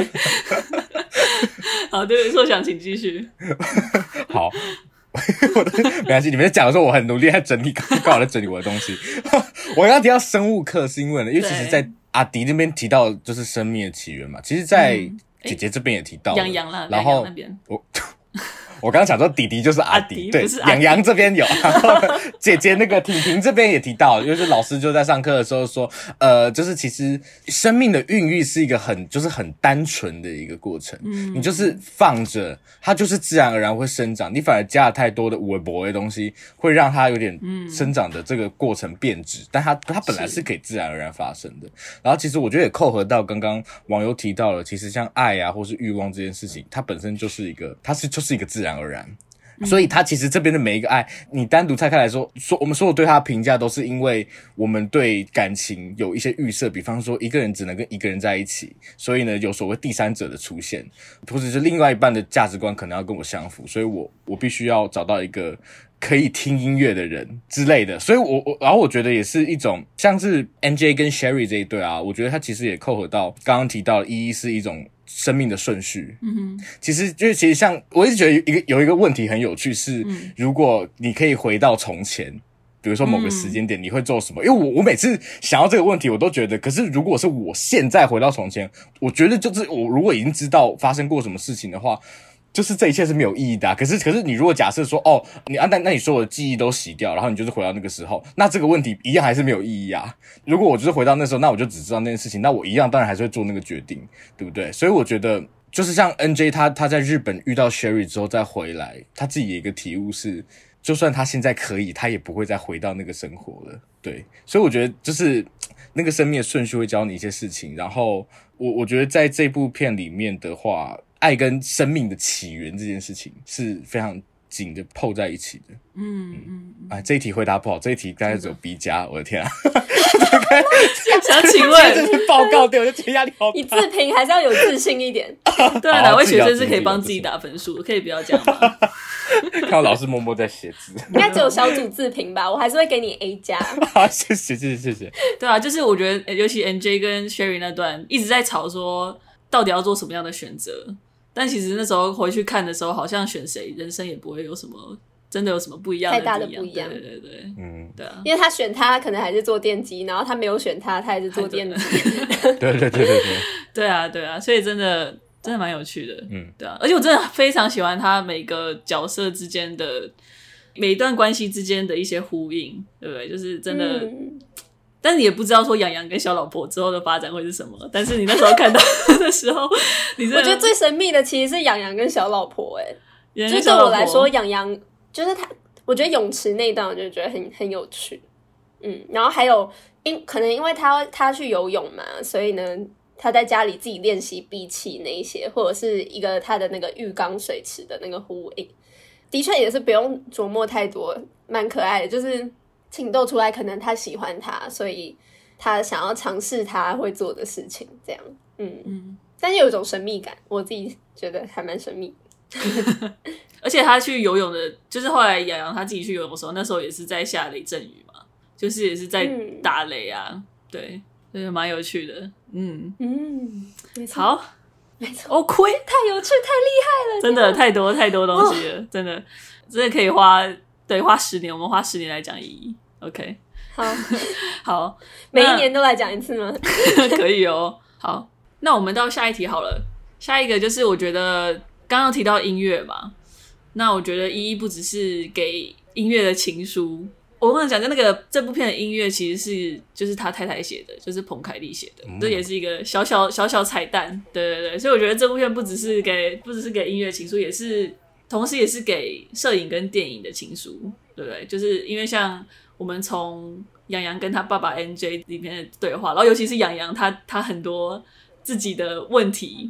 好，对，硕想请继续。 好。没关系，你们在讲的时候，我很努力在整理，刚好在整理我的东西。我刚刚提到生物课是因为呢，因为其实在阿迪那边提到就是生命的起源嘛，其实在姐姐这边也提到了， 洋啦， 然后那边我刚刚讲说弟弟就是阿迪，对， 洋洋这边有，然后姐姐那个婷婷这边也提到，就是老师就在上课的时候说，就是其实生命的孕育是一个很单纯的一个过程，你就是放着它就是自然而然会生长，你反而加了太多的微博的东西，会让它有点生长的这个过程变质，但它本来是可以自然而然发生的。然后其实我觉得也扣合到刚刚网友提到了，其实像爱啊或是欲望这件事情，它本身就是一个，就是一个自然而然，所以他其实这边的每一个爱，你单独拆开来说，我们所有对他的评价都是因为我们对感情有一些预设，比方说一个人只能跟一个人在一起，所以呢有所谓第三者的出现，或者是另外一半的价值观可能要跟我相符，所以我必须要找到一个可以听音乐的人之类的，所以然后我觉得也是一种像是 NJ 跟 Sherry 这一对啊，我觉得他其实也扣合到刚刚提到的一是一种生命的顺序。其实像我一直觉得有一个问题很有趣是，如果你可以回到从前，比如说某个时间点，你会做什么？因为我每次想到这个问题，我都觉得，可是如果是我现在回到从前，我觉得就是我如果已经知道发生过什么事情的话，就是这一切是没有意义的啊。可是你如果假设说那你所有的记忆都洗掉，然后你就是回到那个时候，那这个问题一样还是没有意义啊。如果我就是回到那时候，那我就只知道那件事情，那我一样当然还是会做那个决定，对不对？所以我觉得就是像 NJ 他在日本遇到 Sherry 之后再回来，他自己的一个体悟是，就算他现在可以，他也不会再回到那个生活了。对，所以我觉得就是那个生命的顺序会教你一些事情，然后我觉得在这部片里面的话，爱跟生命的起源这件事情是非常紧的凑在一起的。这一题回答不好，这一题大概只有 B 加，我的天啊！ 想请问， 这是报告，对，我就觉得压力好大。 你自评还是要有自信一点。 对啊，哪位学生是可以帮自己打分数，可以不要这样吗？ 看到老师默默在写字， 应该只有小组自评吧，我还是会给你 A 加。 好，谢谢。 对啊，就是我觉得，尤其 NJ 跟 Sherry 那段一直在吵说，到底要做什么样的选择。但其实那时候回去看的时候，好像选谁，人生也不会有什么真的有什么不一样的太大的不一样。 对，对啊， 因为他选他可能还是做电机，然后他没有选他还是做电机。 对。 对啊，所以真的蛮有趣的。对啊，而且我真的非常喜欢他每个角色之间的每一段关系之间的一些呼应，对不对？就是真的。但是也不知道说洋洋跟小老婆之后的发展会是什么。但是你那时候看到的时候，我觉得最神秘的其实是洋洋跟小老婆。就对我来说，洋洋就是他，我觉得泳池那一段我就觉得很有趣。然后还有可能因为他去游泳嘛，所以呢他在家里自己练习闭气那一些，或者是一个他的那个浴缸水池的那个呼应，的确也是不用琢磨太多，蛮可爱的，就是情窦出来，可能他喜欢他，所以他想要尝试他会做的事情，这样。但是有一种神秘感，我自己觉得还蛮神秘。 而且他去游泳的，就是后来洋洋他自己去游泳的时候，那时候也是在下雷阵雨嘛，就是也是在打雷啊，对，所以蛮有趣的。 没错， 好， 没错， 亏太有趣，太厉害了， 真的太多东西了，真的可以花10年，我们花10年来讲意义。OK， 好， 每一年都来讲一次吗？ 可以哦。好，那我们到下一题好了。下一个就是我觉得刚刚提到音乐嘛，那我觉得依依不只是给音乐的情书。我刚才讲的这部片的音乐其实就是他太太写的，就是彭凯莉写的，这也是一个小彩蛋。对，所以我觉得这部片不只是给音乐情书，同时也是给摄影跟电影的情书，对不对？就是因为像我们从洋洋跟他爸爸 NJ 里面的对话，然后尤其是洋洋他很多自己的问题，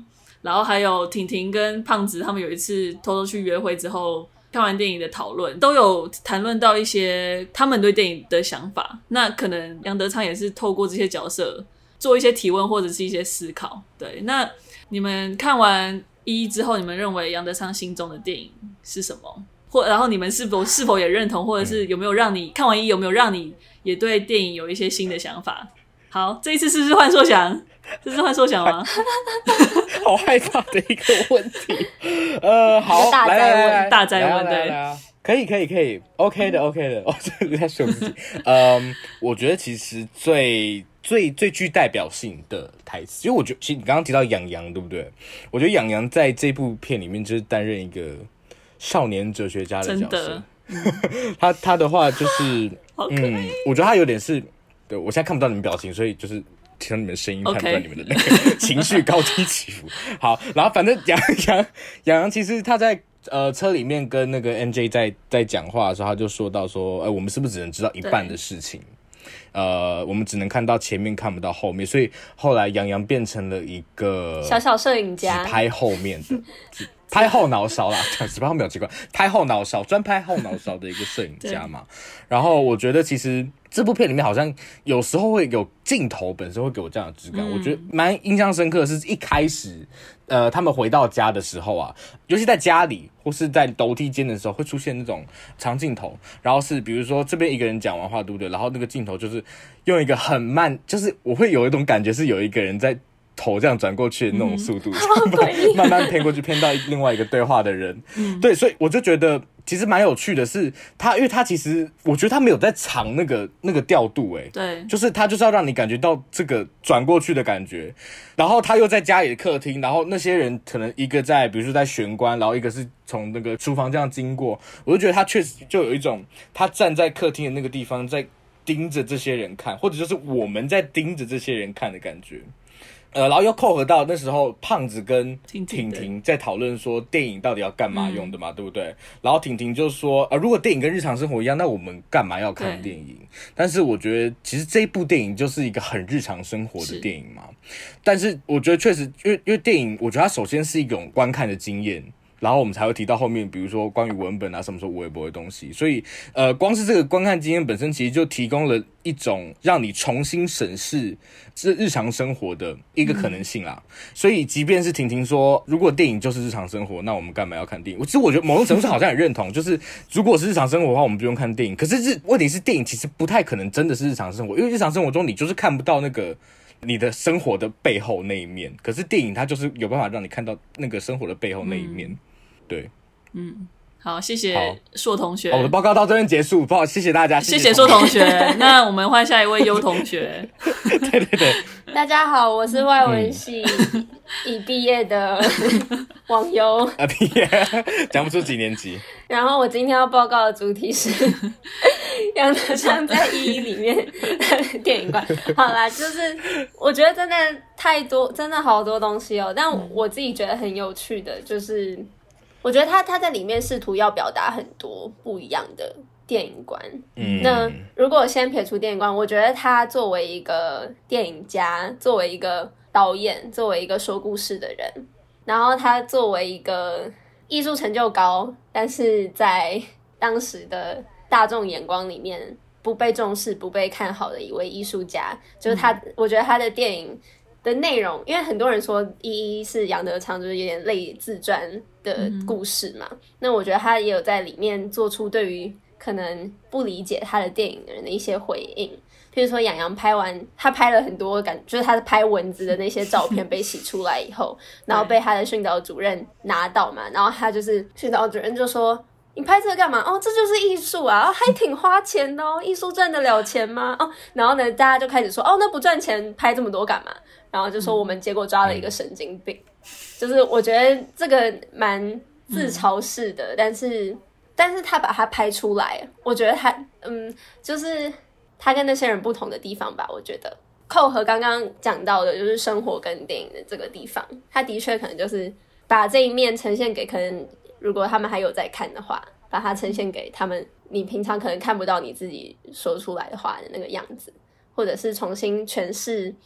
然后还有婷婷跟胖子他们有一次偷偷去约会之后，看完电影的讨论都有谈论到一些他们对电影的想法，那可能杨德昌也是透过这些角色做一些提问或者是一些思考。对，那你们看完一之后，你们认为杨德昌心中的电影是什么？然后你们是否也认同，或者是有没有让你看完一有没有让你也对电影有一些新的想法？好，这一次是不是换硕翔？这是换硕翔吗？ 好害怕的一个问题。好， 大灾问，对， 可以 ，OK 的。哦，这个在说自己。我觉得其实最具代表性的台词，因为我觉得其实你刚刚提到杨洋，对不对？我觉得杨洋在这部片里面就是担任一个少年哲学家的角色。他的话就是，我觉得他有点是，对我现在看不到你们表情，所以就是听到你们的声音，看不到你们的那个情绪高低起伏。好，然后反正杨洋其实他在车里面跟那个 NJ 在讲话的时候，他就说到说，我们是不是只能知道一半的事情？我们只能看到前面，看不到后面，所以后来杨洋变成了一个小摄影家， 只拍后面的。拍后脑勺啦，只拍后面有奇怪，拍后脑勺，专拍后脑勺的一个摄影家嘛。然后我觉得其实这部片里面好像有时候会有镜头本身会给我这样的质感，我觉得蛮印象深刻的是一开始他们回到家的时候啊，尤其在家里或是在楼梯间的时候会出现那种长镜头，然后是比如说这边一个人讲完话，对不对？然后那个镜头就是用一个很慢，就是我会有一种感觉是有一个人在头这样转过去的那种速度，慢慢偏过去，偏到另外一个对话的人。对，所以我就觉得其实蛮有趣的是他，因为他其实我觉得他没有在藏那个调度， 对， 就是他就是要让你感觉到这个转过去的感觉，然后他又在家里的客厅，然后那些人可能一个在比如说在玄关，然后一个是从那个厨房这样经过，我就觉得他确实就有一种他站在客厅的那个地方在盯着这些人看，或者就是我们在盯着这些人看的感觉。然后又扣合到那时候胖子跟婷婷在讨论说电影到底要干嘛用的嘛，对不对？然后婷婷就说如果电影跟日常生活一样，那我们干嘛要看电影？但是我觉得其实这一部电影就是一个很日常生活的电影嘛。但是我觉得确实因为电影我觉得它首先是一种观看的经验，然后我们才会提到后面比如说关于文本啊什么时候微博的东西，所以光是这个观看经验本身其实就提供了一种让你重新审视这日常生活的一个可能性啦。所以即便是婷婷说如果电影就是日常生活，那我们干嘛要看电影？其实我觉得某种程度上好像也认同，就是如果是日常生活的话我们不用看电影，可是问题是电影其实不太可能真的是日常生活，因为日常生活中你就是看不到那个你的生活的背后那一面，可是电影它就是有办法让你看到那个生活的背后那一面。对， 好，谢谢硕同学。 我的报告到这边结束，不好，谢谢大家， 谢谢硕同学。那我们换下一位优同学。 对， 大家好，我是外文系已毕业的网友。 毕业讲不出几年级。 然后我今天要报告的主题是杨德昌在一里面的电影观。好啦，就是我觉得真的太多，真的好多东西哦。但我自己觉得很有趣的就是。我觉得他在里面试图要表达很多不一样的电影观。那如果先撇除电影观，我觉得他作为一个电影家，作为一个导演，作为一个说故事的人，然后他作为一个艺术成就高，但是在当时的大众眼光里面不被重视、不被看好的一位艺术家，就是他，我觉得他的电影的内容，因为很多人说一是杨德昌就是有点类自传的故事嘛，那我觉得他也有在里面做出对于可能不理解他的电影的人的一些回应，譬如说杨洋拍完，他拍了很多就是他拍蚊子的那些照片被洗出来以后，然后被他的训导主任拿到嘛，然后他就是训导主任就说你拍这个干嘛？哦，这就是艺术啊，还挺花钱的哦，艺术赚得了钱吗？哦，然后呢，大家就开始说，哦，那不赚钱拍这么多干嘛？然后就说我们结果抓了一个神经病，就是我觉得这个蛮自嘲式的，但是他把它拍出来，我觉得他就是他跟那些人不同的地方吧。我觉得扣合刚刚讲到的，就是生活跟电影的这个地方，他的确可能就是把这一面呈现给可能如果他们还有在看的话，把它呈现给他们，你平常可能看不到你自己说出来的话的那个样子，或者是重新诠释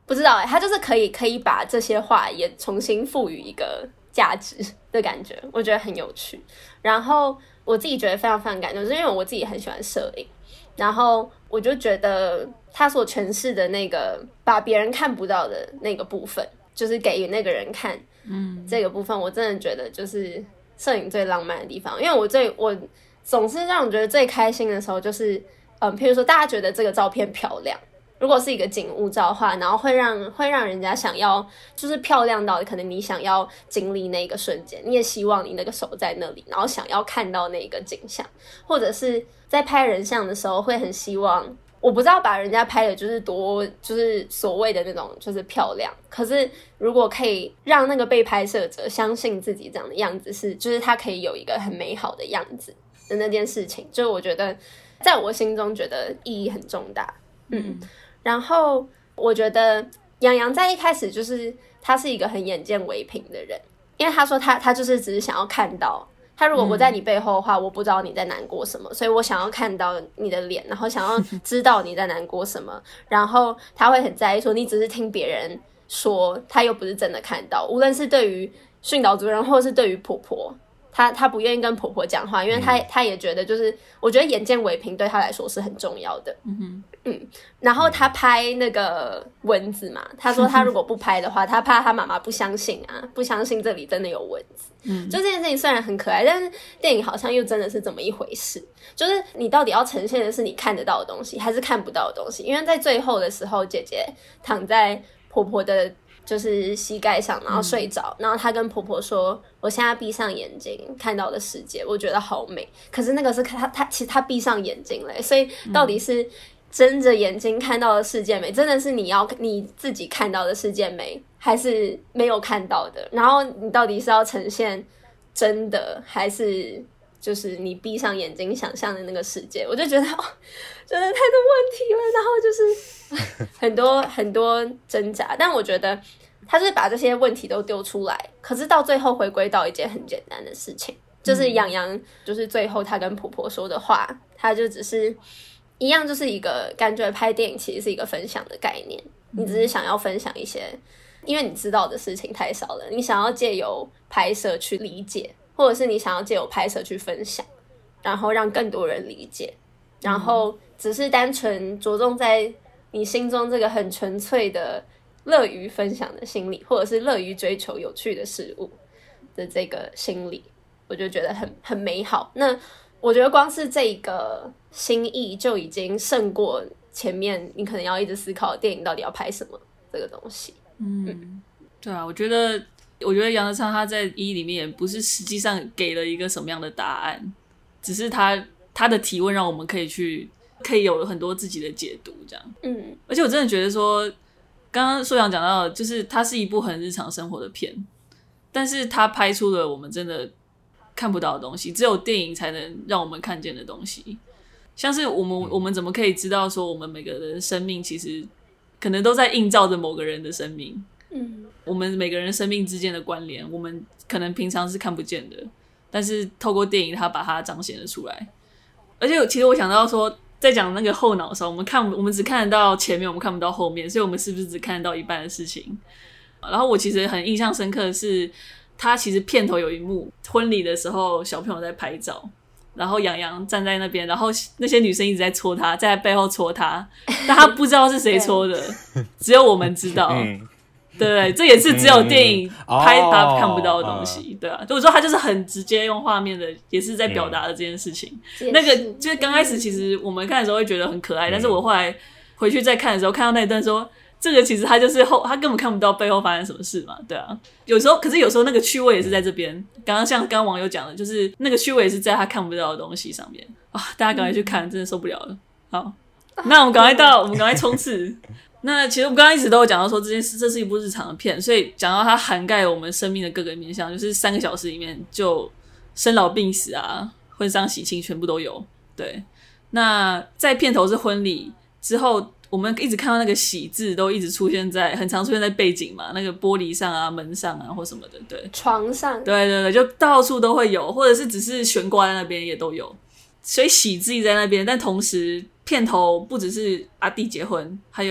不知道他就是可以把这些话也重新赋予一个价值的感觉，我觉得很有趣。然后我自己觉得非常非常感动，就是因为我自己很喜欢摄影，然后我就觉得他所诠释的那个把别人看不到的那个部分，就是给予那个人看，这个部分我真的觉得就是摄影最浪漫的地方。因为我总是让我觉得最开心的时候就是譬如说大家觉得这个照片漂亮，如果是一个景物照的话，然后会让人家想要，就是漂亮到可能你想要经历那个瞬间，你也希望你那个手在那里，然后想要看到那个景象，或者是在拍人像的时候会很希望，我不知道把人家拍的就是所谓的那种就是漂亮，可是如果可以让那个被拍摄者相信自己这样的样子就是他可以有一个很美好的样子的那件事情，就是我觉得在我心中觉得意义很重大。然后我觉得杨洋在一开始就是他是一个很眼见为凭的人，因为他说他就是只是想要看到，他如果我在你背后的话，我不知道你在难过什么，所以我想要看到你的脸，然后想要知道你在难过什么，然后他会很在意说你只是听别人说，他又不是真的看到，无论是对于训导主任或者是对于婆婆，他不愿意跟婆婆讲话，因为他也觉得就是我觉得眼见为凭对他来说是很重要的。然后他拍那个蚊子嘛，他说他如果不拍的话，他怕他妈妈不相信不相信这里真的有蚊子。就这件事情虽然很可爱，但是电影好像又真的是这么一回事，就是你到底要呈现的是你看得到的东西还是看不到的东西。因为在最后的时候，姐姐躺在婆婆的就是膝盖上，然后睡着，然后她跟婆婆说我现在闭上眼睛看到的世界我觉得好美，可是那个是其实她闭上眼睛了，所以到底是睁着眼睛看到的世界美，真的是你自己看到的世界美，还是没有看到的？然后你到底是要呈现真的，还是就是你闭上眼睛想象的那个世界？我就觉得真的太多问题了，然后就是很多很多挣扎。但我觉得他是把这些问题都丢出来，可是到最后回归到一件很简单的事情，就是杨洋就是最后他跟婆婆说的话，他就只是一样，就是一个感觉拍电影其实是一个分享的概念，你只是想要分享一些因为你知道的事情太少了，你想要借由拍摄去理解，或者是你想要借由拍摄去分享，然后让更多人理解，然后只是单纯着重在你心中这个很纯粹的乐于分享的心理，或者是乐于追求有趣的事物的这个心理，我就觉得很美好。那我觉得光是这个心意就已经胜过前面你可能要一直思考电影到底要拍什么这个东西。 对啊，我觉得杨德昌他在一里面也不是实际上给了一个什么样的答案，只是他的提问让我们可以有很多自己的解读这样。而且我真的觉得说刚刚硕阳讲到的就是它是一部很日常生活的片，但是他拍出了我们真的看不到的东西，只有电影才能让我们看见的东西。像是我们怎么可以知道说我们每个人的生命其实可能都在映照着某个人的生命，我们每个人生命之间的关联我们可能平常是看不见的，但是透过电影它把它彰显了出来。而且其实我想到说在讲那个后脑勺，我们只看得到前面，我们看不到后面，所以我们是不是只看得到一半的事情。然后我其实很印象深刻的是他其实片头有一幕婚礼的时候小朋友在拍照，然后杨洋站在那边，然后那些女生一直在戳他，在背后戳他，但他不知道是谁戳的只有我们知道对，这也是只有电影拍他看不到的东西对啊，就我说他就是很直接用画面的也是在表达的这件事情那个就是刚开始其实我们看的时候会觉得很可爱但是我后来回去再看的时候看到那一段说这个其实他就是他根本看不到背后发生什么事嘛对啊，可是有时候那个趣味也是在这边刚刚像刚网友讲的就是那个趣味也是在他看不到的东西上面大家赶快去看真的受不了了好，那我们赶快冲刺那其实我们刚刚一直都有讲到说这是一部日常的片，所以讲到它涵盖我们生命的各个面向，就是3个小时里面就生老病死啊婚丧喜庆全部都有对，那在片头是婚礼之后我们一直看到那个喜字都一直很常出现在背景嘛，那个玻璃上啊门上啊或什么的对， 床上对，就到处都会有，或者是只是悬挂在那边也都有，所以喜字在那边，但同时片头不只是阿弟结婚，还有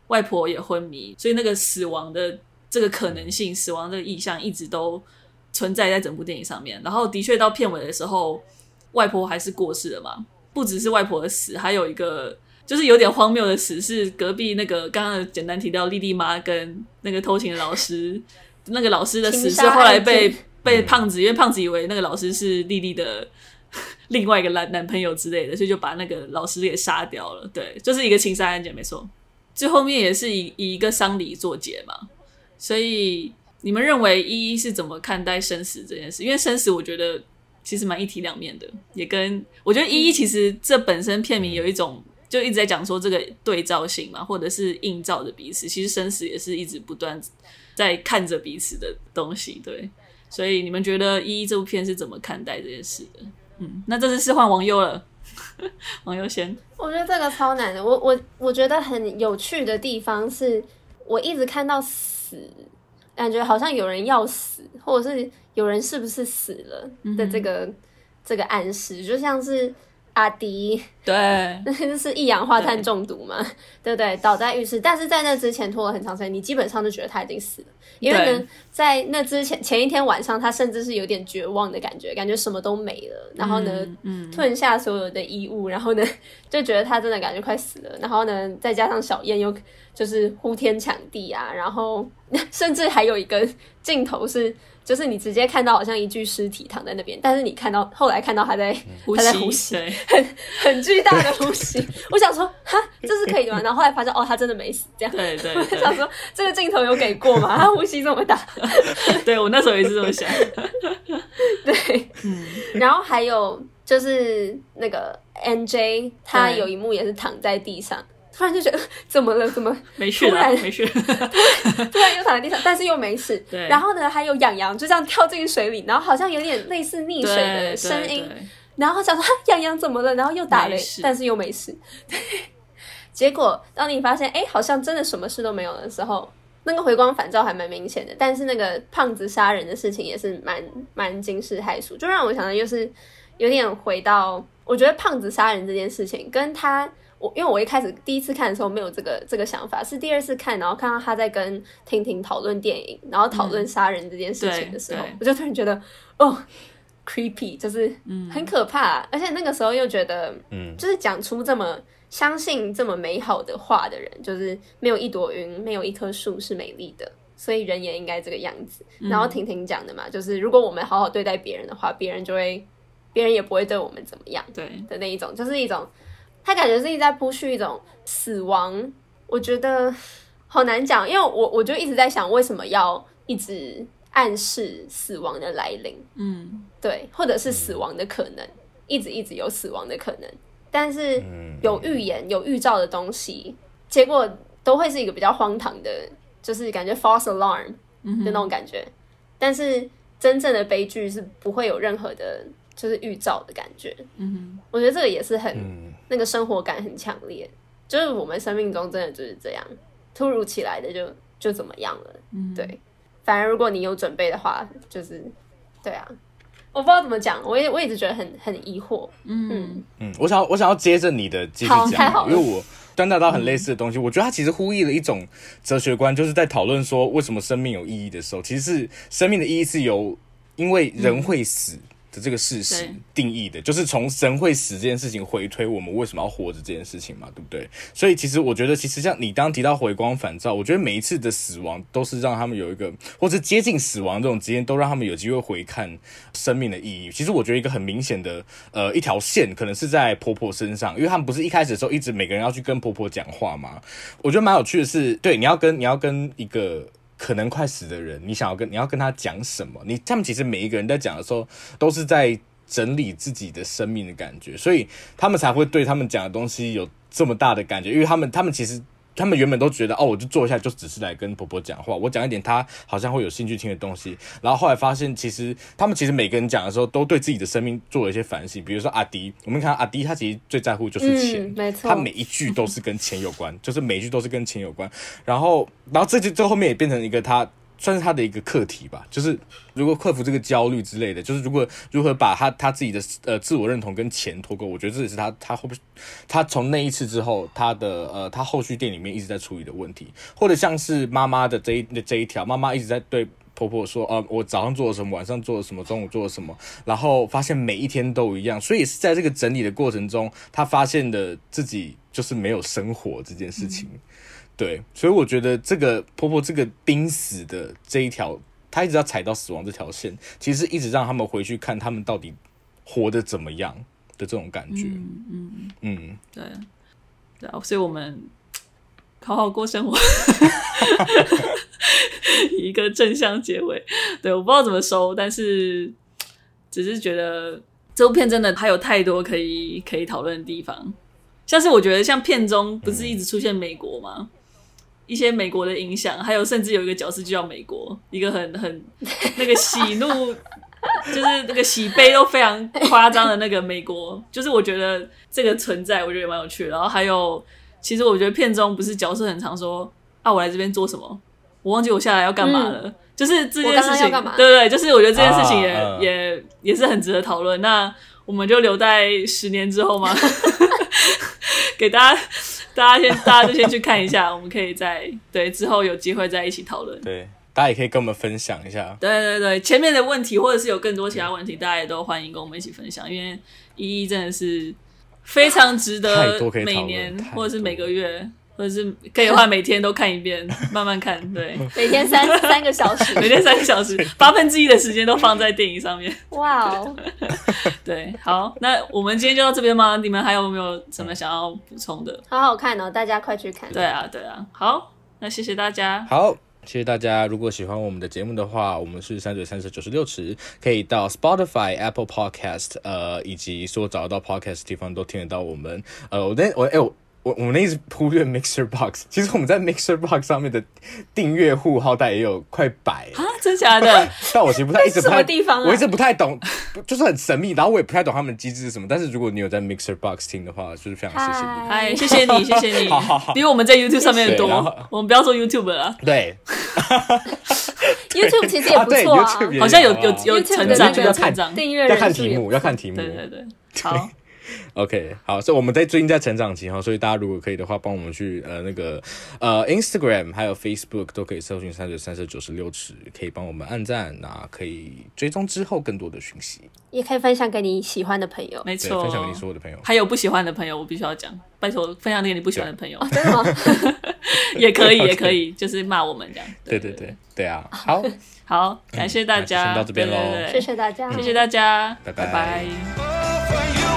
外婆也昏迷，所以那个死亡的这个可能性，死亡这个意象一直都存在整部电影上面。然后的确到片尾的时候，外婆还是过世了嘛，不只是外婆的死，还有一个就是有点荒谬的死，是隔壁那个刚刚简单提到莉莉妈跟那个偷情的老师，那个老师的死是后来被胖子，因为胖子以为那个老师是莉莉的另外一个男朋友之类的，所以就把那个老师给杀掉了。对，就是一个情杀案件，没错。最后面也是以一个丧礼作结嘛，所以你们认为依依是怎么看待生死这件事？因为生死我觉得其实蛮一体两面的，也跟我觉得依依其实这本身片名有一种就一直在讲说这个对照性嘛，或者是映照着彼此，其实生死也是一直不断在看着彼此的东西。对，所以你们觉得依依这部片是怎么看待这件事的？那这次换王优了王优先。 我觉得这个超难的。我觉得很有趣的地方是，我一直看到死，感觉好像有人要死，或者是有人是不是死了的这个暗示，就像是阿迪， 对， 就是一氧化碳中毒嘛，对不对？倒在浴室，但是在那之前拖了很长时间，你基本上就觉得他已经死了，因为呢，在那之前一天晚上，他甚至是有点绝望的感觉什么都没了，然后呢，吞下所有的衣物，然后呢，就觉得他真的感觉快死了，然后呢，再加上小燕又就是呼天抢地啊，然后甚至还有一个镜头是。就是你直接看到好像一具尸体躺在那边，但是你后来看到他在呼吸，很巨大的呼吸。我想说，哈，这是可以的吗？然后后来发现，哦，他真的没死，这样。对。我想说，这个镜头有给过吗？他呼吸这么大。 对，我那时候也是这么想。 对，然后还有就是那个 NJ， 他有一幕也是躺在地上。突然就觉得怎么了？怎么没事了？没事。 突然又躺在地上，但是又没事。对。然后呢，还有痒痒就这样跳进水里，然后好像有点类似溺水的声音。然后想说痒痒怎么了？然后又打雷，但是又没事。对。结果当你发现好像真的什么事都没有的时候，那个回光返照还蛮明显的。但是那个胖子杀人的事情也是蛮惊世骇俗，就让我想到就是有点回到，我觉得胖子杀人这件事情跟他。因为我第一次看的时候没有这个想法，是第二次看，然后看到他在跟婷婷讨论电影，然后讨论杀人这件事情的时候，我就突然觉得creepy， 就是很可怕，而且那个时候又觉得，就是讲出这么相信这么美好的话的人，就是没有一朵云，没有一棵树是美丽的，所以人也应该这个样子。然后婷婷讲的嘛，就是如果我们好好对待别人的话，别人也不会对我们怎么样，对的那一种，就是一种。他感觉是一直在铺叙一种死亡，我觉得好难讲，因为我就一直在想，为什么要一直暗示死亡的来临？对，或者是死亡的可能，一直有死亡的可能，但是有预言、有预兆的东西，结果都会是一个比较荒唐的，就是感觉 false alarm 的那种感觉。但是真正的悲剧是不会有任何的。就是预兆的感觉，我觉得这个也是很那个生活感很强烈，就是我们生命中真的就是这样，突如其来的就怎么样了，对。反而如果你有准备的话，就是对啊，我不知道怎么讲，我一直觉得很疑惑， 我想要接着你的继续讲，因为我观察到很类似的东西，我觉得它其实呼应了一种哲学观，就是在讨论说为什么生命有意义的时候，其实是生命的意义是由因为人会死。的这个事实定义的，就是从人会死这件事情回推我们为什么要活着这件事情嘛，对不对？所以其实我觉得，其实像你刚刚提到回光返照，我觉得每一次的死亡都是让他们有一个，或者接近死亡这种经验，都让他们有机会回看生命的意义。其实我觉得一个很明显的一条线，可能是在婆婆身上，因为他们不是一开始的时候一直每个人要去跟婆婆讲话嘛。我觉得蛮有趣的是，对，你要跟一个。可能快死的人，你要跟他讲什么？他们其实每一个人在讲的时候，都是在整理自己的生命的感觉，所以他们才会对他们讲的东西有这么大的感觉，因为他们其实。他们原本都觉得我就坐下就只是来跟婆婆讲话，我讲一点她好像会有兴趣听的东西，然后后来发现他们其实每个人讲的时候都对自己的生命做了一些反省，比如说阿迪，我们看到阿迪他其实最在乎就是钱， 没错， 他每一句都是跟钱有关，就是每一句都是跟钱有关，然后这后面也变成一个他算是他的一个课题吧，就是如果克服这个焦虑之类的，就是如何把他自己的自我认同跟钱脱钩，我觉得这也是他从那一次之后，他后续店里面一直在处理的问题，或者像是妈妈的这一条，妈妈一直在对婆婆说，我早上做了什么，晚上做了什么，中午做了什么，然后发现每一天都一样，所以也是在这个整理的过程中，他发现的自己就是没有生活这件事情。对，所以我觉得这个婆婆这个濒死的这一条，她一直要踩到死亡这条线，其实一直让他们回去看他们到底活得怎么样的这种感觉。 对啊，所以我们好好过生活，以一个正向结尾。对，我不知道怎么收，但是只是觉得这部片真的还有太多可以讨论的地方，像是我觉得像片中不是一直出现美国吗？一些美国的影响，还有甚至有一个角色就叫美国，一个很那个喜怒，就是那个喜悲都非常夸张的那个美国，就是我觉得这个存在，我觉得也蛮有趣的。然后还有，其实我觉得片中不是角色很常说我来这边做什么，我忘记我下来要干嘛了。就是这件事情， 我刚刚要干嘛？ 对，就是我觉得这件事情也是很值得讨论。那我们就留在10年之后吗？给大家就先去看一下，我们可以对之后有机会再一起讨论。 对，大家也可以跟我们分享一下。 对，前面的问题或者是有更多其他问题，大家也都欢迎跟我们一起分享，因为依依真的是非常值得每年或者是每个月。或者是可以的话，每天都看一遍，慢慢看。对， 每天三个小时， 每天3个小时，1/8的时间都放在电影上面。 哇哦！ 对，好，那我们今天就到这边吗？你们还有没有什么想要补充的？ 好好看哦，大家快去看。 对啊，好，那谢谢大家。 好。谢谢大家！如果喜欢我们的节目的话，我们是3嘴3舌96尺，可以到 Spotify、Apple Podcast， 以及所有找得到 Podcast 的地方都听得到我们。我们一直忽略 Mixer Box， 其实我们在 Mixer Box 上面的订阅户号代也有快100 啊，真假的？ 但我其实一直不太什么地方我一直不太懂，就是很神秘，然后我也不太懂他们的机制是什么。但是如果你有在 Mixer Box 听的话，就是非常谢谢你。 嗨，谢谢你，谢谢你，比我们在 YouTube 上面的多。我们不要说 YouTube 了， 对。 YouTube 其实也不错啊， 好像有成长， 订阅要看题目， 对，好。 OK， 好，所以我们最近在成长期哈，所以大家如果可以的话，帮我们去Instagram 还有 Facebook 都可以搜寻3嘴3舌96尺，可以帮我们按赞，那可以追踪之后更多的讯息， 也可以分享给你喜欢的朋友， 没错， 分享给你所有的朋友， 还有不喜欢的朋友，我必须要讲，拜托分享给你不喜欢的朋友， 真的吗？ 也可以，也可以，就是骂我们这样， 对啊，好， 感谢大家， 先到这边咯， 谢谢大家， 谢谢大家， 拜拜。